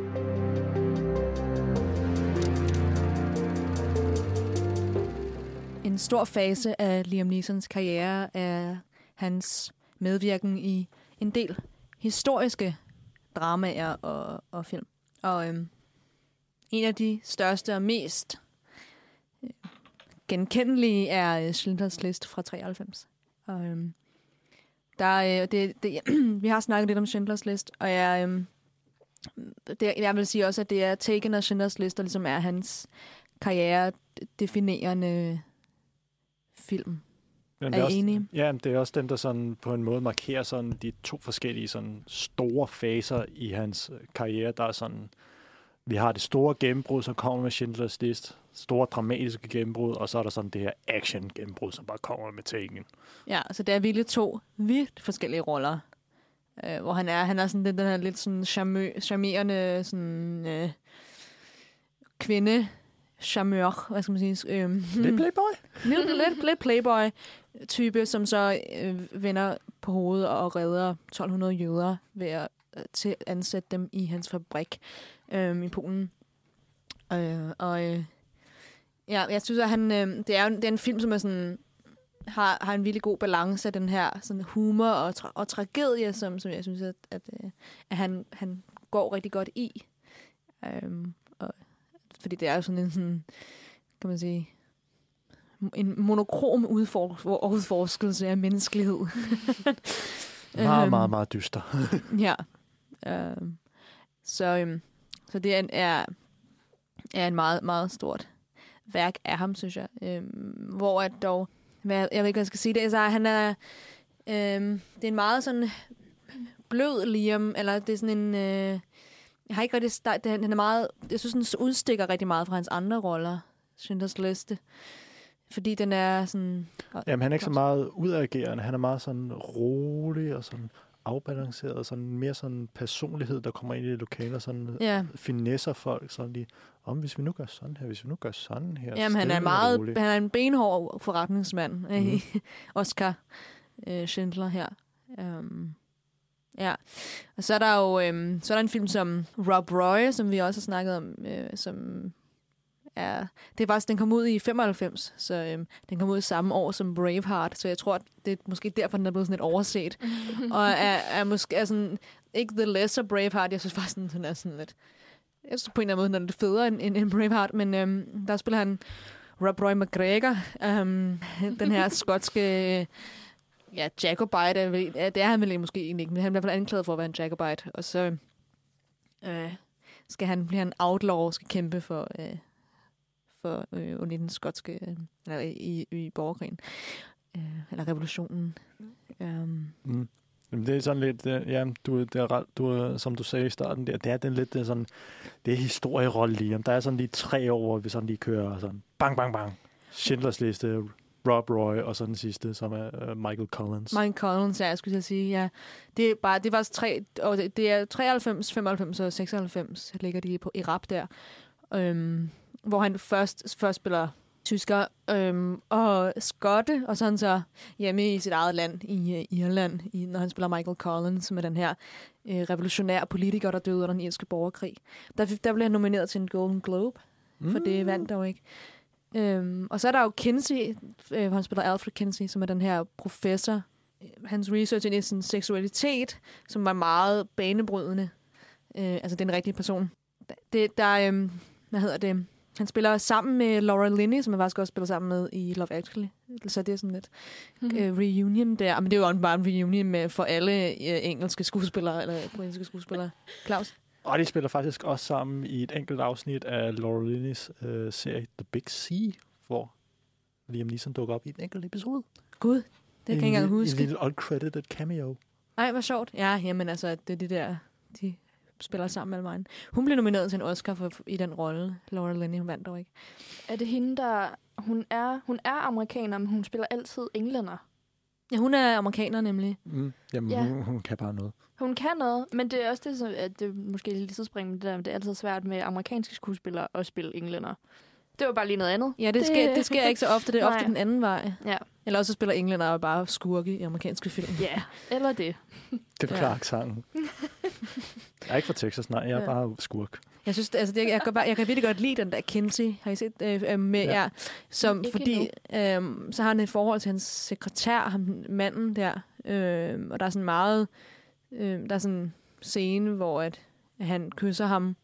En stor fase af Liam Neesons karriere er hans medvirken i en del historiske dramaer og film. Og en af de største og mest genkendelige er Schindlers List fra 93. Og vi har snakket lidt om Schindlers List, og jeg vil sige også, at det er Taken og Schindlers List, der ligesom er hans karriere-definerende film. Men er I enige? Ja, det er også den, der sådan på en måde markerer sådan de to forskellige sådan store faser i hans karriere. Der er sådan, vi har det store gennembrud, som kommer med Schindlers List, store dramatiske gennembrud, og så er der sådan det her action-gennembrud, som bare kommer med Taken. Ja, så det er virkelig to vidt forskellige roller, hvor han er sådan den her lidt sådan charmerende sådan kvinde charmeur, hvad skal man sige? Lidt playboy? Lidt playboy-type, som så vender på hovedet og redder 1200 jøder ved at ansætte dem i hans fabrik i Polen. Ja, jeg synes, at det er en film, som er sådan, har en virkelig god balance af den her sådan humor og tragedie, som jeg synes, at han går rigtig godt i. Fordi det er jo sådan en, sådan, kan man sige, en monokrom udforskelse af menneskelighed. Meget, meget, meget dyster. Ja. Så det er en meget, meget stort værk af ham, synes jeg. Hvor at dog, jeg ved ikke, hvad jeg skal sige det, så han er, det er en meget sådan blød Liam, eller det er sådan en, jeg har ikke rigtig han er meget, jeg synes, den udstikker rigtig meget fra hans andre roller, Schindlers Liste. Fordi den er sådan... Jamen, han er ikke så meget udadgerende. Han er meget sådan rolig og sådan afbalanceret. Sådan mere sådan personlighed, der kommer ind i det lokale og sådan finesser folk. Sådan lige, hvis vi nu gør sådan her, hvis vi nu gør sådan her. Jamen, han er en benhård forretningsmand. Oscar Schindler her. Ja. Og så er der jo så er der en film som Rob Roy, som vi også har snakket om, som... Ja, det er faktisk, den kom ud i 95, så den kom ud samme år som Braveheart, så jeg tror, at det er måske derfor, den er blevet sådan lidt overset. Og er måske sådan, ikke The Lesser Braveheart. Jeg synes faktisk, den er sådan lidt... Jeg synes på en eller anden måde, den er lidt federe end Braveheart, men der spiller han Roy McGregor, den her skotske... Ja, Jacobite. Det er han vel måske egentlig ikke, men han bliver i hvert fald anklaget for at være en Jacobite. Og så skal han blive en outlaw og skal kæmpe for under den skotske... eller i borgerkrigen. Eller revolutionen. Det er sådan lidt, ja, du som du sagde i starten, det er den lidt det er sådan, det er historierolle lige. Der er sådan lige 3 år, hvor vi sådan lige kører sådan bang, bang, bang. Schindlers Liste, Rob Roy, og så den sidste, som er Michael Collins. Michael Collins, ja, jeg skulle sige, ja. Det er faktisk 3, og det er 93, 95 og 96, ligger de i rap der. Hvor han først spiller tysker og skotte, og sådan så hjemme i sit eget land, i Irland, når han spiller Michael Collins, som er den her revolutionære politiker, der døde under den irske borgerkrig. Der blev han nomineret til en Golden Globe, for det vandt dog ikke. Og så er der jo Kinsey, han spiller Alfred Kinsey, som er den her professor. Hans research ind i sin seksualitet, som var meget banebrydende. Altså, det er en rigtig person. Hvad hedder det? Han spiller sammen med Laura Linney, som han faktisk også spiller sammen med i Love Actually. Så det er sådan lidt reunion der. Men det er jo bare en reunion for alle engelske skuespillere, eller britiske skuespillere. Claus? Og de spiller faktisk også sammen i et enkelt afsnit af Laura Linneys serie The Big Sea, hvor Liam Neeson dukker op i en enkelt episode. Gud, det kan jeg ikke engang huske. En lille uncredited cameo. Ej, hvor sjovt. Ja, jamen altså, det er de der... De spiller sammen med Almine. Hun blev nomineret til en Oscar i den rolle. Laura Linney, hun vandt dog ikke. Er det hende, der... Hun er amerikaner, men hun spiller altid englænder. Ja, hun er amerikaner nemlig. Jamen, ja. Hun kan bare noget. Hun kan noget, men det er også det, at det måske er lidt tidsspring, det er altid svært med amerikanske skuespillere at spille englænder. Det var bare lige noget andet. Ja, det sker ikke så ofte. Det er ofte den anden vej. Ja. Eller også spiller englænder bare skurke i amerikanske film. Ja, eller det. Det er Clark-sangen. Jeg er ikke fra Texas, nej. Jeg er bare skurk. Jeg synes, altså, jeg kan virkelig godt lide den der Kinsey, har I set med jer? Som, fordi så har han et forhold til hans sekretær, ham manden der. Og der er sådan meget... der er sådan en scene, hvor at han kysser ham.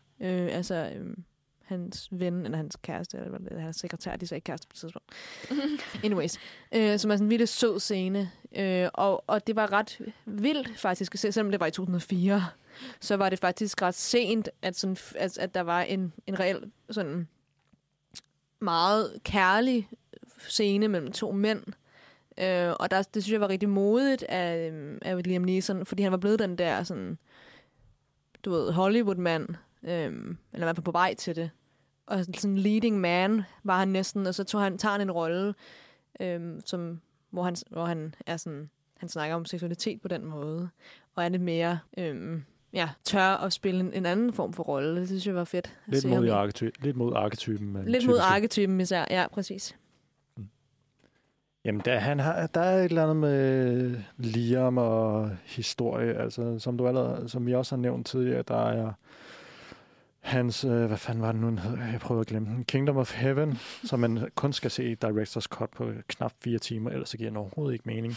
Hans ven, eller hans kæreste, eller hans sekretær, de er så ikke kæreste på et tidspunkt. Anyways. Som er sådan en vildt sød scene. Og det var ret vildt faktisk, selvom det var i 2004, så var det faktisk ret sent, at der var en reel sådan meget kærlig scene mellem 2 mænd. Og det synes jeg var rigtig modigt af Liam Neeson, fordi han var blevet den der sådan, du ved, Hollywood-mand, eller i hvert fald på vej til det. Og sådan leading man var han næsten, og så tager han en rolle, hvor han er sådan, han snakker om seksualitet på den måde, og er lidt mere tør at spille en anden form for rolle. Det synes jeg var fedt. Lidt mod arketypen. Lidt mod arketypen især, ja, præcis. Jamen, der er et eller andet med Liam og historie, altså som vi også har nævnt tidligere, der er hans, hvad fanden var det nu, jeg prøver at glemme den, Kingdom of Heaven, som man kun skal se i Director's Cut på knap 4 timer, ellers så giver den overhovedet ikke mening.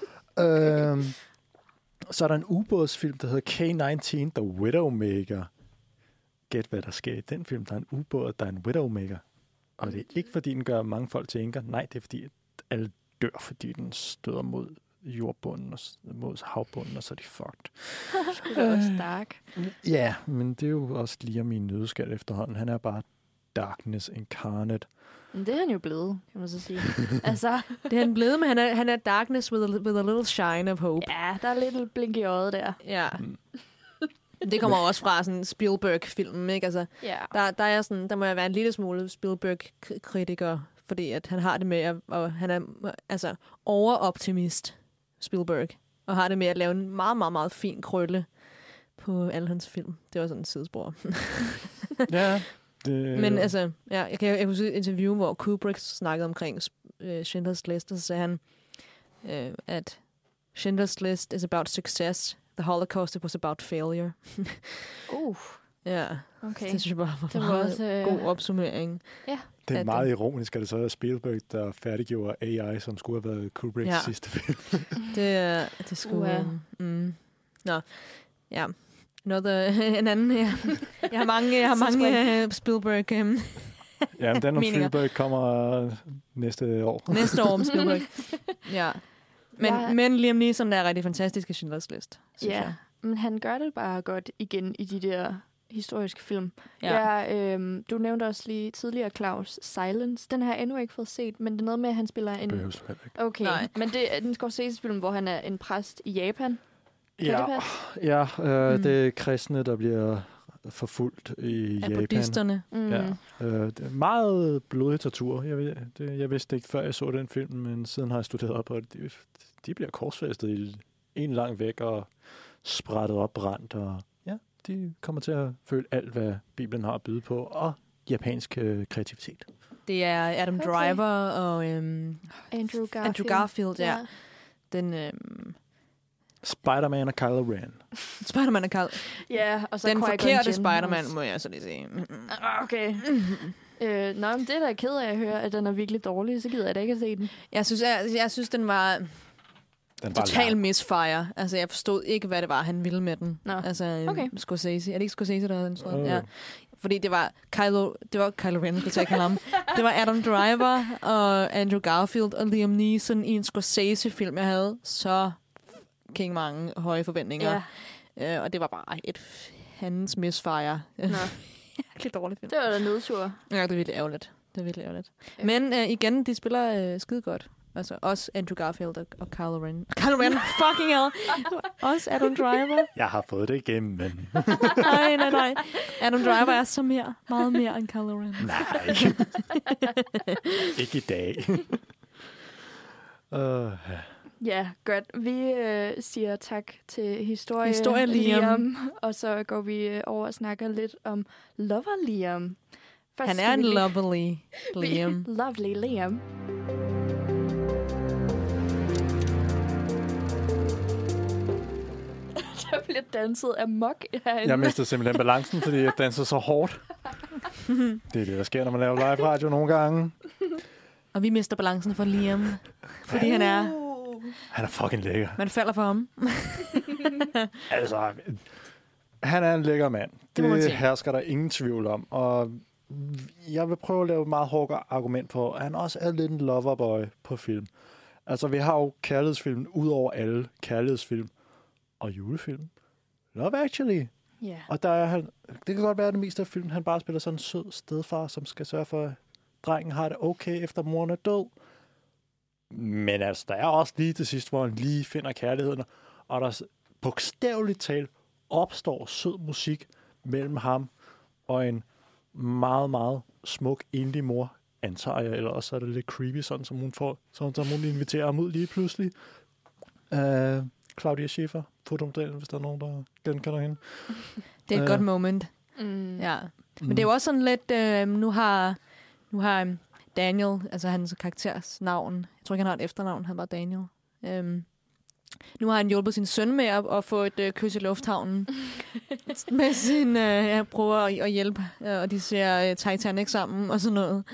Så er der en ubådsfilm, der hedder K-19, The Widowmaker. Gæt, hvad der sker i den film. Der er en ubåd, der er en Widowmaker. Og det er ikke, fordi den gør mange folk til enker. Nej, det er, fordi alle dør, fordi den støder mod jordbunden og mod havbunden, og så er de fucked. Det er også dark. Ja, men det er jo også lige om min nødskal efterhånden. Han er bare darkness incarnate. Men det er han jo blevet, kan man så sige. Altså, det er han blevet, men han er darkness with a little shine of hope. Ja, der er lidt et blink i øjet der. Ja. Det kommer også fra sådan Spielberg-filmen, ikke? Altså, der er sådan, der må jeg være en lille smule Spielberg-kritiker, fordi at han har det med og han er altså overoptimist, Spielberg, og har det med at lave en meget, meget, meget fin krølle på alle hans film. Det var sådan en sidespor. Ja. Men altså, ja, jeg kan huske et interview, hvor Kubrick snakkede omkring Schindler's List, og så sagde han, at Schindler's List is about success. The Holocaust, it was about failure. Ja, okay. Det synes jeg bare var også god opsummering. Ja. Det er meget ironisk, at det så er Spielberg, der færdiggjorde AI, som skulle have været Kubricks sidste film. det skulle... Nå. Ja. En anden. Jeg har mange Spielberg. Ja, men den om Spielberg kommer næste år. Næste år om Spielberg. Ja. Men Liam Neeson er rigtig fantastisk i Schindlers List, synes jeg. Men han gør det bare godt igen i de der historiske film. Du nævnte også lige tidligere, Claus, Silence. Den har jeg endnu ikke fået set, men det er noget med, at han spiller en... Okay, nej. Men det er den Scorsese-film, hvor han er en præst i Japan. Det er kristne, der bliver forfulgt i Japan. Buddhisterne. Det er meget blodig tortur. Jeg vidste ikke, før jeg så den film, men siden har jeg studeret op på det. De bliver korsfæstet i en lang væk og sprættet op, brændt, og de kommer til at føle alt, hvad Bibelen har at byde på, og japansk kreativitet. Det er Adam Driver og Andrew Garfield, ja. Den... Spider-Man og Kylo Ren. Spider-Man og Kylo... Ja, og så den forkerte Spider-Man, må jeg så lige sige. Okay. Men det er da ked af at høre, at den er virkelig dårlig, så gider jeg da ikke at se den. Jeg synes den var total misfire. Altså, jeg forstod ikke, hvad det var, han ville med den. Altså, Scorsese. Er det ikke Scorsese, der havde den, tror jeg? Ja. Fordi det var Kylo Ren, skulle jeg kalde ham. Det var Adam Driver og Andrew Garfield og Liam Neeson i en Scorsese-film, jeg havde så mange høje forventninger. Og det var bare hans misfire. Virkelig dårlig film. Det var da nedtur. Ja, det er virkelig ærgerligt. Men igen, de spiller skide godt. Altså også Andrew Garfield og Kylo Ren. Kylo Ren, fucking hell! Også Adam Driver. Jeg har fået det igennem, men... nej. Adam Driver er så meget mere end Kylo Ren. Nej. Ikke i dag. Ja, godt. Vi siger tak til Historie Liam. Og så går vi over og snakker lidt om Lover Liam. Først han er en lovely Liam. Lovely Liam. Der bliver danset amok herinde. Jeg mistede simpelthen balancen, fordi jeg dansede så hårdt. Det er det, der sker, når man laver live radio nogle gange. Og vi mister balancen for Liam, fordi han er fucking lækker. Man falder for ham. Altså, han er en lækker mand. Det hersker der ingen tvivl om. Og jeg vil prøve at lave et meget hårdt argument for, at han også er lidt en loverboy på film. Altså, vi har jo kærlighedsfilm ud over alle kærlighedsfilm og julefilm. Love Actually. Yeah. Og der er han, det kan godt være, at det meste af filmen, han bare spiller sådan en sød stedfar, som skal sørge for, at drengen har det okay, efter moren er død. Men altså, der er også lige til sidst, hvor han lige finder kærligheden, og der bogstaveligt talt opstår sød musik mellem ham og en meget, meget smuk enlig mor, antager jeg, eller også er det lidt creepy, sådan som hun inviterer ham ud lige pludselig. Claudia Schiffer, fotomodellen, hvis der er nogen, der genkender hende. Det er et godt moment. Ja. Men det er jo også sådan lidt, nu har Daniel, altså hans karakters navn, jeg tror ikke, han har et efternavn, han var Daniel. Nu har han hjulpet sin søn med at få et kys i lufthavnen med sin prøver at hjælpe, og de ser Titanic sammen og sådan noget.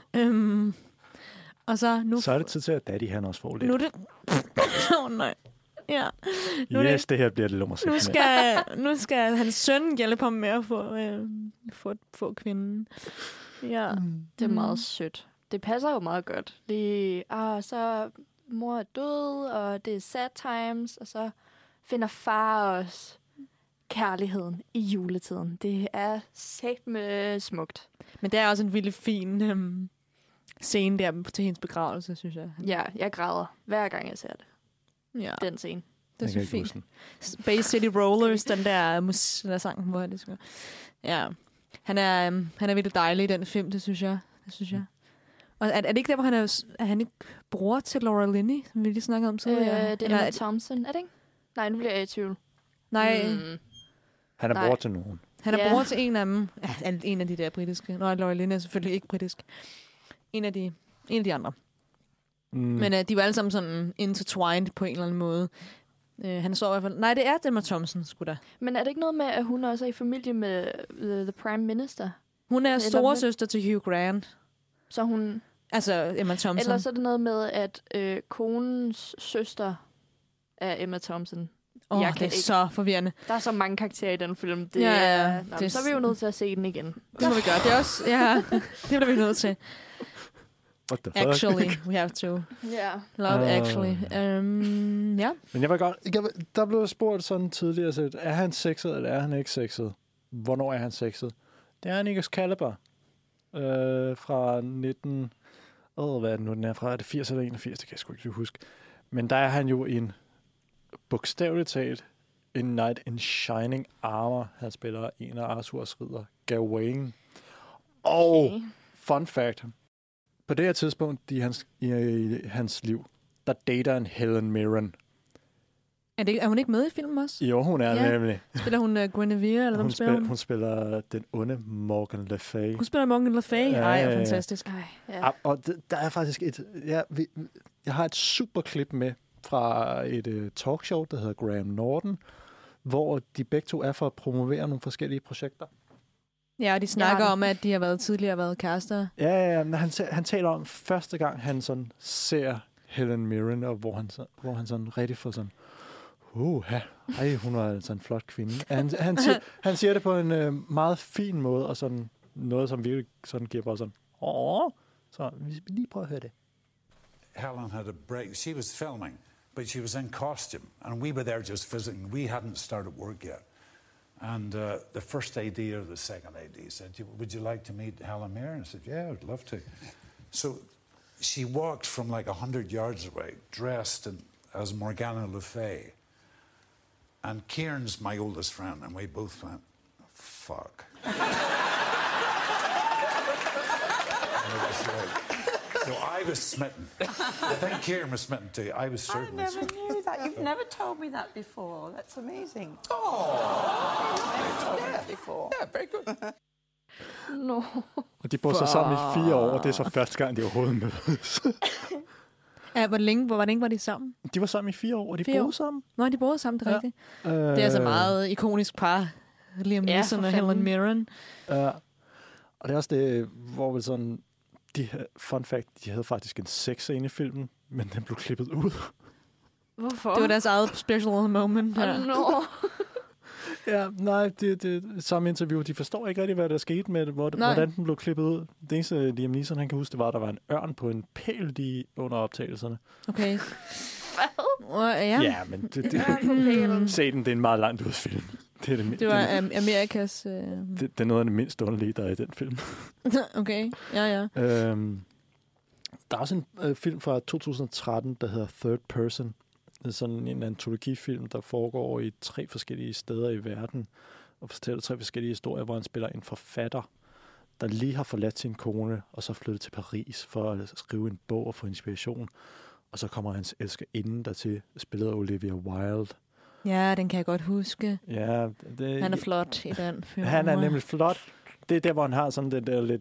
Og så er det tid til, at Daddy han også får lidt. Nu er det... nej. Ja. Det her bliver det lummersigt. Nu skal hans søn hjælpe ham med at få kvinden. Ja. Det er meget sødt. Det passer jo meget godt. Så mor er død, og det er sad times, og så finder far også kærligheden i juletiden. Det er satme smukt. Men det er også en vildt fin scene der til hendes begravelse, synes jeg. Ja, jeg græder hver gang jeg ser det. Ja. Den scene. Det er så fint. Space City Rollers, den der sang, hvor det skal. Ja. Han er virkelig dejlig i den film, det synes jeg. Og er det ikke der, hvor han er ikke bror til Laura Linney, som vi lige snakkede om tidligere? Det er Emma Thompson, er det ikke? Nej, nu bliver jeg i tvivl. Nej. Han er bror til nogen. Han er bror til en af dem. Ja, en af de der britiske. Nå, Laura Linney er selvfølgelig ikke britisk. En af de andre. Men de var alle sammen sådan intertwined på en eller anden måde. Han så i hvert fald... Nej, det er Emma Thompson, sgu da. Men er det ikke noget med, at hun også er i familie med the Prime Minister? Hun er storesøster til Hugh Grant. Så hun... Altså Emma Thompson. Eller så er det noget med, at konens søster er Emma Thompson. Det er så forvirrende. Der er så mange karakterer i den film. Så er vi jo nødt til at se den igen. Det må vi gøre. Det er også, det bliver vi nødt til. What the fuck? Actually, we have to. Love Actually. Men jeg var godt... Der blev spurgt sådan tidligere, så er han sexet, eller er han ikke sexet? Hvornår er han sexet? Det er han ikke Excalibur. Fra 19... hvad er det nu, den er fra? Er det 80 eller 81? Det kan jeg sgu ikke huske. Men der er han jo en bogstaveligt talt en knight in shining armor. Han spiller en af Arthurs ridder, Gawain. Og fun fact... På det her tidspunkt i hans liv, der dater han Helen Mirren. Er hun ikke med i filmen også? Jo, hun er nemlig. Spiller hun Guinevere, eller hvem spiller hun? Hun spiller den onde Morgan Le Fay. Hun spiller Morgan Le Fay? Fantastisk. Og der er faktisk jeg har et super klip med fra et talkshow, der hedder Graham Norton, hvor de begge to er for at promovere nogle forskellige projekter. Ja, og de snakker om, at de har tidligere været kærester. Ja, men han taler om første gang, han sådan ser Helen Mirren, og hvor han sådan rigtig får sådan, hun var altså en flot kvinde. Han siger det på en meget fin måde, og sådan noget, som virkelig sådan giver bare sådan, så vi lige prøve at høre det. Helen had a break. She was filming, but she was in costume, and we were there just visiting. We hadn't started work yet. And the first AD or the second AD said, would you like to meet Helen Mirren? I said, yeah, I'd love to. So she walked from like 100 yards away, dressed as Morgana Le Fay. And Kieran's my oldest friend, and we both went, fuck. So I was smitten. I think Kieran was smitten too. I was certainly I never knew that. You've never told me that before. That's amazing. Oh! You've never told me that before. Yeah, very good. No. Og de boede så sammen i 4 år, og det er så første gang, de overhovedet mødes. Hvor længe var de sammen? De var sammen i 4 år, og de boede sammen. Nå, de boede sammen, det er rigtigt. Det er altså meget ikonisk par. Liam Neeson og Helen Mirren. Og det er også det, hvor vel sådan... Fun fact, de havde faktisk en sexscene i filmen, men den blev klippet ud. Hvorfor? Det var deres eget special moment. No. Ja, nej, det samme interview. De forstår ikke rigtig, hvad der skete med det, hvordan den blev klippet ud. Det eneste, Liam Neeson, han kan huske, det var, at der var en ørn på en pæl lige under optagelserne. Okay. Ja, men se den, det er en meget langt ud film. Det var Amerikas... Det er noget af det mindst underlige, der er i den film. Okay, ja. Der er også en film fra 2013, der hedder Third Person. Det er sådan en antologifilm, der foregår i 3 forskellige steder i verden, og fortæller 3 forskellige historier, hvor han spiller en forfatter, der lige har forladt sin kone, og så flyttet til Paris for at skrive en bog og få inspiration. Og så kommer hans elskerinde dertil, spillet af Olivia Wilde. Ja, den kan jeg godt huske. Ja, han er flot i den film. Han er nemlig flot. Det er der, hvor han har sådan det der lidt...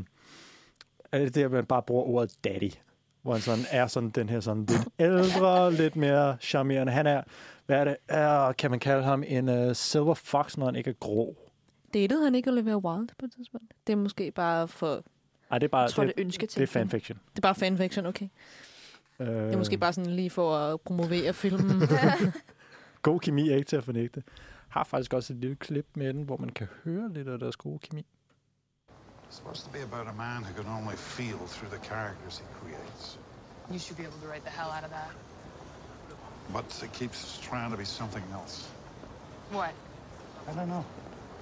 det der, hvor man bare bruger ordet daddy. Hvor han sådan er sådan den her sådan lidt ældre, lidt mere charmerende. Han er, hvad er det? Kan man kalde ham en silver fox, når han ikke er grå? Datede han ikke Olivia Wilde på et tidspunkt? Det er måske bare for... Ej, det er bare... Jeg tror, det er ønsketing. Det er fanfiction. Det er bare fanfiction, okay. Det er måske bare sådan lige for at promovere filmen. God kemi er ikke til at fornægte. Har faktisk også et lille klip med den, hvor man kan høre lidt af deres gode kemi. It's supposed to be about a man who can only feel through the characters he creates. You should be able to write the hell out of that. But it keeps trying to be something else. What? I don't know.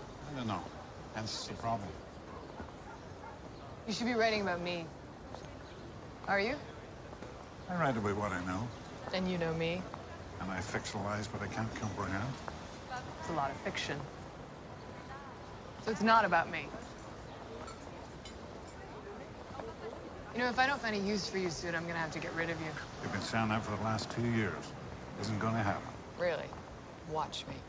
Hence the problem. You should be writing about me. Are you? I write about what I know. And you know me. And I fictionalize what I can't comprehend. It's a lot of fiction. So it's not about me. You know, if I don't find a use for you soon, I'm gonna have to get rid of you. You've been saying that for the last 2 years. Isn't gonna happen. Really? Watch me.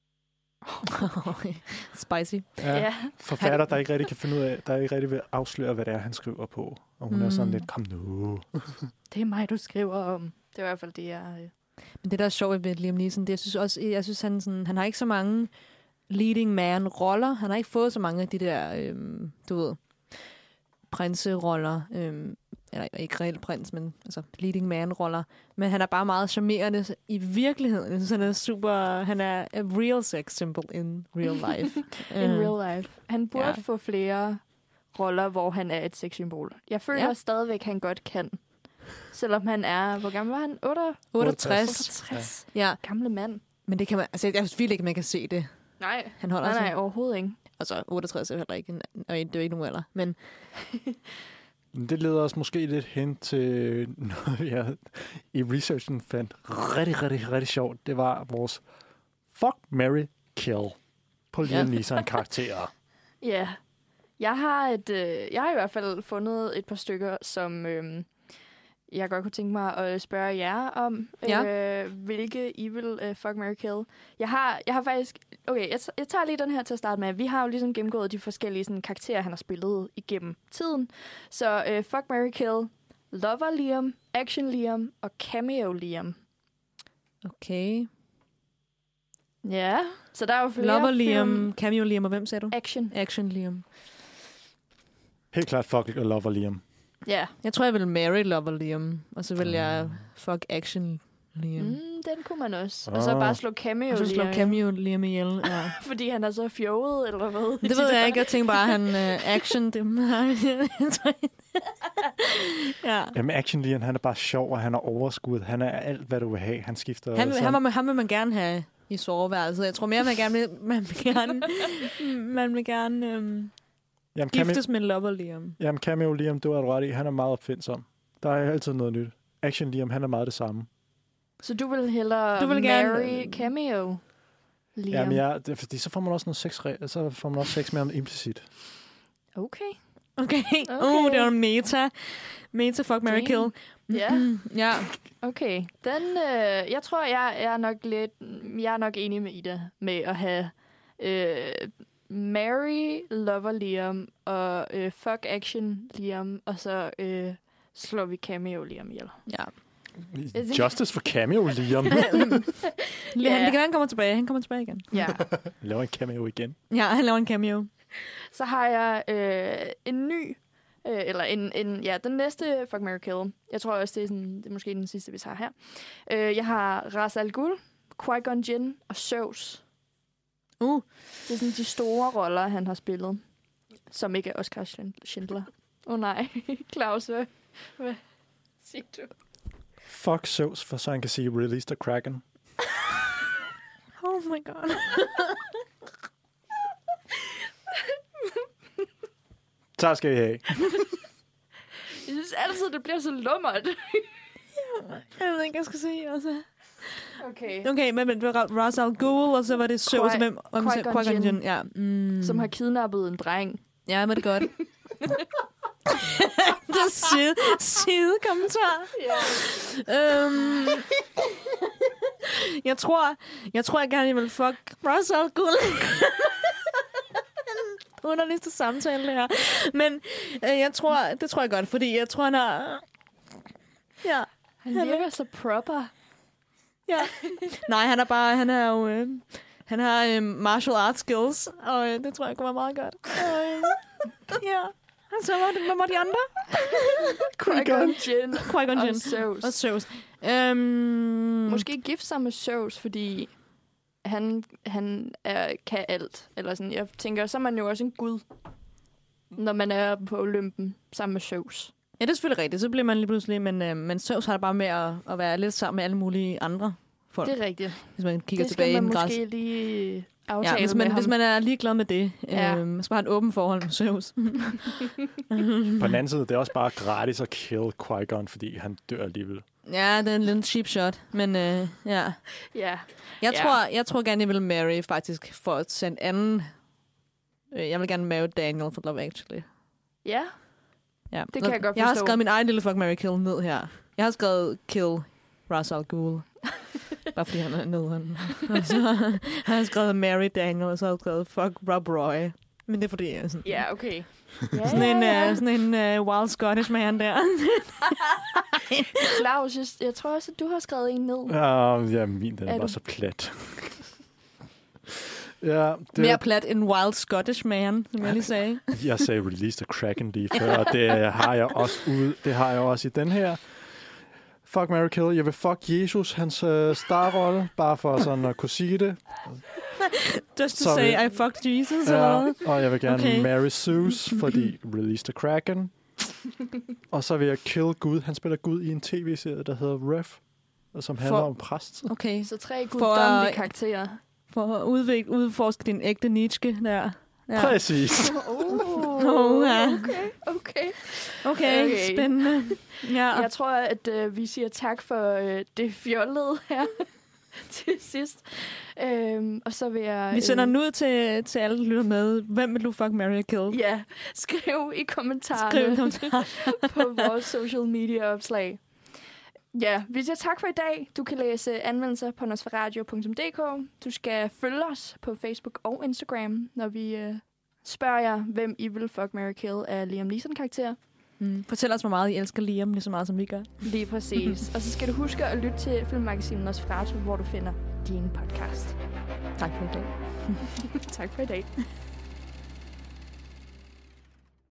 Spicy. Ja, forfatter, der ikke rigtig kan finde ud af, der ikke rigtig vil afsløre, hvad det er, han skriver på. Og hun er sådan lidt, kom nu. Det er mig, du skriver om. Det er i hvert fald det, jeg... Men det, der er sjovt ved Liam Neeson, det jeg synes han har ikke så mange leading man-roller. Han har ikke fået så mange af de der, du ved, prinseroller. eller ikke reelt prins, men altså leading man-roller. Men han er bare meget charmerende i virkeligheden. Jeg synes, han er a real sex symbol in real life. In real life. Han burde få flere roller, hvor han er et sexsymbol. Jeg føler stadigvæk, han godt kan. Selvom han er... Hvor gammel var han? 68. Ja. Gamle mand. Men det kan man... Altså, jeg vil ikke, man kan se det. Nej, han holder nej, overhovedet ikke. Altså, 68 er heller ikke... Og det er jo ikke nogen alder, men... Det leder os måske lidt hen til noget, jeg i researchen fandt rigtig sjovt. Det var vores fuck, marry, kill på Liam Neeson-karakterer. Ja. Jeg har i hvert fald fundet et par stykker, som jeg godt kunne tænke mig at spørge jer om. Hvilke I vil fuck, marry, kill. Jeg har faktisk... Okay, jeg tager lige den her til at starte med. Vi har jo ligesom gennemgået de forskellige sådan, karakterer, han har spillet igennem tiden. Så fuck, marry, kill, lover Liam, action Liam og cameo Liam. Okay. Ja, så der er jo flere Lover Liam, cameo Liam, og hvem sagde du? Action Liam. Helt klart fuck Lover Liam. Ja. Jeg tror, jeg vil marry Lover Liam, og så vil jeg fuck action Liam. Den kunne man også. Og så bare slå cameo Liam. Og så slå cameo Liam ihjel, ja. Fordi han er så fjoget, eller hvad? Det ved jeg ikke. Jeg tænker bare, han action... Ja. Jamen, action Liam, han er bare sjov, og han er overskud. Han er alt, hvad du vil have. Han skifter... Han vil man gerne have i soveværelset. Jeg tror mere, man vil gerne giftes med Lover Liam. Jamen, cameo Liam, du har ret i. Han er meget opfindsom. Der er altid noget nyt. Action Liam, han er meget det samme. Så du vil hellere marry cameo Liam? Jamen, fordi så får man også noget sex med ham implicit. Okay. Det var meta fuck, marry, kill. Ja. Okay. Den, jeg tror, jeg er nok enig med Ida med at have marry Lover Liam og fuck action Liam, og så slår vi cameo Liam ihjel. Ja. Justice for cameo Liam. Det kan være, han kommer tilbage. Han kommer tilbage igen. Ja. Laver en cameo igen. Ja, han laver en cameo. Så har jeg en ny, den næste fuck, marry, kill. Jeg tror også, det er måske den sidste, vi tager her. Jeg har Ra's al Ghul, Qui-Gon Jinn og Zeus. Det er sådan de store roller, han har spillet, som ikke er Oscar Schindler. Nej, Claus, hvad siger du? Fuck Zeus, for så han kan sige Release the Kraken. Oh my god. Så skal vi have. Jeg synes altid, det bliver så lummert. Jeg ved ikke, jeg skal sige. Altså. Okay, men det var Ra's al Ghul, og så var det Zeus. Qui-Gon Jinn, ja. Som har kidnappet en dreng. Ja, men det er godt. Det er side kommentar. Jeg tror, jeg gerne vil fuck Ra's al Ghul. Underligste samtale, det her. Men det tror jeg godt, fordi jeg tror, han har... Ja. Han virker så proper. Ja. Nej, han har martial arts skills, og det tror jeg kunne være meget godt. Ja. Så hvad var de andre? Qui-Gon Jinn og Zeus. Måske gift sig med Zeus, fordi han kan alt. Eller sådan. Jeg tænker, så er man jo også en gud, når man er på Olympen sammen med Zeus. Ja, det er selvfølgelig rigtigt. Så bliver man lige pludselig, men Zeus har det bare med at være lidt sammen med alle mulige andre folk. Det er rigtigt. Hvis man kigger tilbage i den græs. Det skal man måske lige aftale med ham. Hvis man er ligeglad med det, så bare have et åbent forhold med Zeus. På den anden side, det er også bare gratis at kill Qui-Gon, fordi han dør alligevel. Ja, det er en lille cheap shot, men ja. Jeg tror gerne, jeg vil marry faktisk for at sende anden. Jeg vil gerne marry Daniel for Love Actually. Ja. Det kan jeg godt forstå. Jeg har skrevet min egen lille fuck, marry, kill ned her. Jeg har skrevet kill Ra's al Ghul. Bare fordi han er nederen. Og så har jeg skrevet marry Daniel, og så har jeg skrevet fuck Rob Roy. Men det er fordi, jeg er sådan... Ja, okay. Sådan en wild Scottish man der. Claus, jeg tror også, at du har skrevet en ned. Ja, min den er bare så plat. Ja, mere plat end Wild Scottish Man, som jeg lige sagde. Jeg sagde Release the Kraken lige før, og det har jeg også i den her. Fuck, marry, kill. Jeg vil fuck Jesus, hans starrolle, bare for sådan at kunne sige det. Just to say I fucked Jesus, eller hvad? Og jeg vil gerne marry Zeus, fordi Release the Kraken. Og så vil jeg kill Gud. Han spiller Gud i en tv-serie, der hedder Ref, som handler om præst. Okay. Så 3 guddommelige karakterer. For at udforske din ægte Nietzsche der. Ja. Præcis. Okay, spændende. Ja. Jeg tror, at vi siger tak for det fjollede her til sidst. Og så vil jeg... Vi sender den ud til alle, der lytter med. Hvem vil du fuck, marry, kill? Ja, skriv i kommentarerne på vores social media-opslag. Ja, vi siger tak for i dag. Du kan læse anmeldelser på nosferadio.dk. Du skal følge os på Facebook og Instagram, når vi spørger jer, hvem I vil fuck, marry, kill af Liam Neeson-karakter. Fortæl os, hvor meget I elsker Liam, lige så meget som vi gør. Lige præcis. Og så skal du huske at lytte til filmmagasinet Nosferatu, hvor du finder din podcast. Tak for i dag. Tak for i dag.